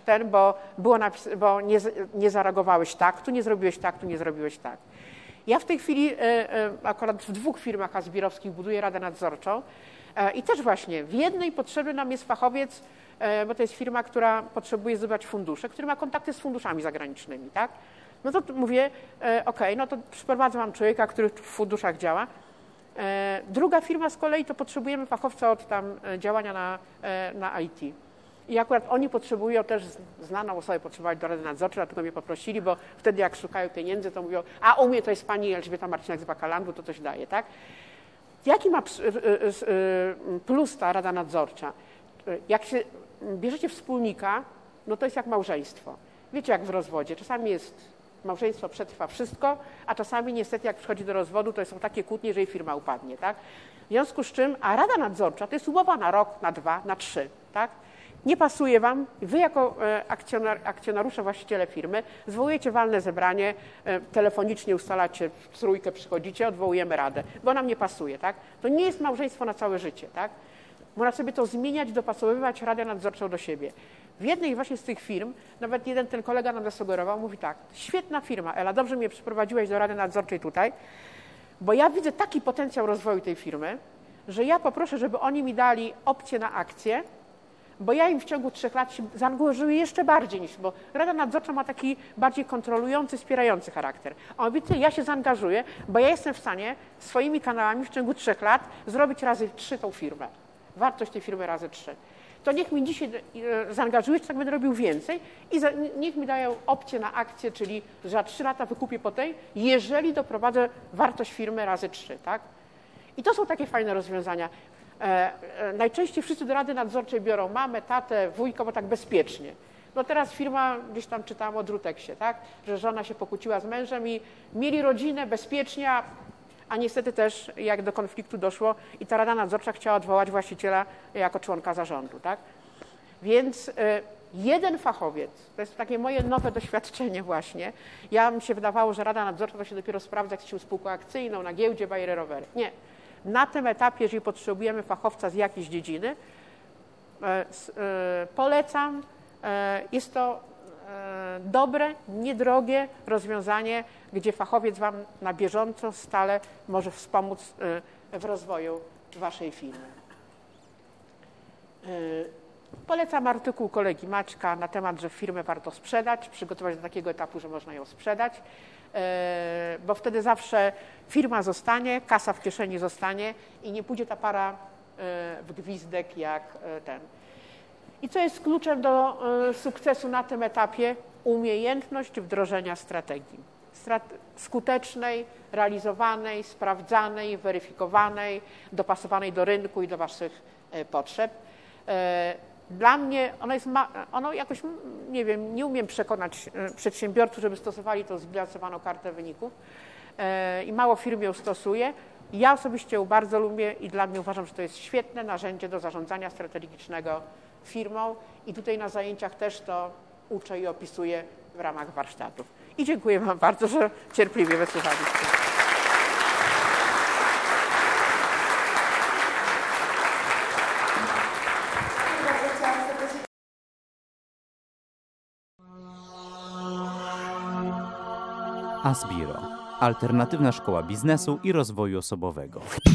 bo nie zareagowałeś tak, tu nie zrobiłeś tak, tu nie zrobiłeś tak. Ja w tej chwili akurat w 2 firmach azbirowskich buduję radę nadzorczą i też właśnie w jednej potrzebny nam jest fachowiec bo to jest firma, która potrzebuje zdobywać fundusze, który ma kontakty z funduszami zagranicznymi, tak? No to mówię, okej, no to przyprowadzę wam człowieka, który w funduszach działa. Druga firma z kolei to potrzebujemy fachowca od tam działania na IT. I akurat oni potrzebują też, znaną osobę potrzebowali do Rady Nadzorczej, dlatego mnie poprosili, bo wtedy jak szukają pieniędzy, to mówią, a u mnie to jest pani Elżbieta Marcinak z Bakalandu, to coś daje, tak? Jaki ma plus ta Rada Nadzorcza? Jak się bierzecie wspólnika, no to jest jak małżeństwo. Wiecie, jak w rozwodzie. Czasami małżeństwo przetrwa wszystko, a czasami niestety jak przychodzi do rozwodu, to są takie kłótnie, że jej firma upadnie, tak? W związku z czym, a Rada Nadzorcza to jest umowa na rok, na 2, na 3, tak? Nie pasuje wam, wy jako akcjonariusze, właściciele firmy, zwołujecie walne zebranie, telefonicznie ustalacie, w trójkę przychodzicie, odwołujemy radę, bo nam nie pasuje, tak? To nie jest małżeństwo na całe życie, tak? Można sobie to zmieniać, dopasowywać Radę Nadzorczą do siebie. W jednej właśnie z tych firm, nawet jeden ten kolega nam zasugerował, mówi tak, świetna firma, Ela, dobrze mnie przyprowadziłeś do Rady Nadzorczej tutaj, bo ja widzę taki potencjał rozwoju tej firmy, że ja poproszę, żeby oni mi dali opcję na akcję, bo ja im w ciągu 3 lat się zaangażuję jeszcze bardziej niż, bo Rada Nadzorcza ma taki bardziej kontrolujący, wspierający charakter. A on mówi, ja się zaangażuję, bo ja jestem w stanie swoimi kanałami w ciągu 3 lat zrobić razy 3 tą firmę. Wartość tej firmy razy 3. To niech mi dzisiaj zaangażuje, czy tak będę robił więcej i niech mi dają opcję na akcję, czyli za 3 lata wykupię po tej, jeżeli doprowadzę wartość firmy razy 3, tak? I to są takie fajne rozwiązania. Najczęściej wszyscy do Rady Nadzorczej biorą mamę, tatę, wujka, bo tak bezpiecznie. No teraz firma, gdzieś tam czytałam o Druteksie, tak? Że żona się pokłóciła z mężem i mieli rodzinę bezpiecznie, a niestety też jak do konfliktu doszło i ta Rada Nadzorcza chciała odwołać właściciela jako członka zarządu, tak? Więc jeden fachowiec, to jest takie moje nowe doświadczenie właśnie, mi się wydawało, że Rada Nadzorcza to się dopiero sprawdza jakąś spółką akcyjną, na giełdzie, bajery, rowery. Nie. Na tym etapie, jeżeli potrzebujemy fachowca z jakiejś dziedziny, polecam, jest to dobre, niedrogie rozwiązanie, gdzie fachowiec wam na bieżąco, stale może wspomóc w rozwoju waszej firmy. Polecam artykuł kolegi Maćka na temat, że firmę warto sprzedać, przygotować do takiego etapu, że można ją sprzedać, bo wtedy zawsze firma zostanie, kasa w kieszeni zostanie i nie pójdzie ta para w gwizdek jak ten. I co jest kluczem do sukcesu na tym etapie? Umiejętność wdrożenia strategii. Skutecznej, realizowanej, sprawdzanej, weryfikowanej, dopasowanej do rynku i do waszych potrzeb. Dla mnie ono jakoś, nie wiem, nie umiem przekonać przedsiębiorców, żeby stosowali tą zbilansowaną kartę wyników i mało firm ją stosuje. Ja osobiście ją bardzo lubię i dla mnie uważam, że to jest świetne narzędzie do zarządzania strategicznego firmą i tutaj na zajęciach też to uczę i opisuję w ramach warsztatów. I dziękuję wam bardzo, że cierpliwie wysłuchaliście. Asbiro. Alternatywna szkoła biznesu i rozwoju osobowego.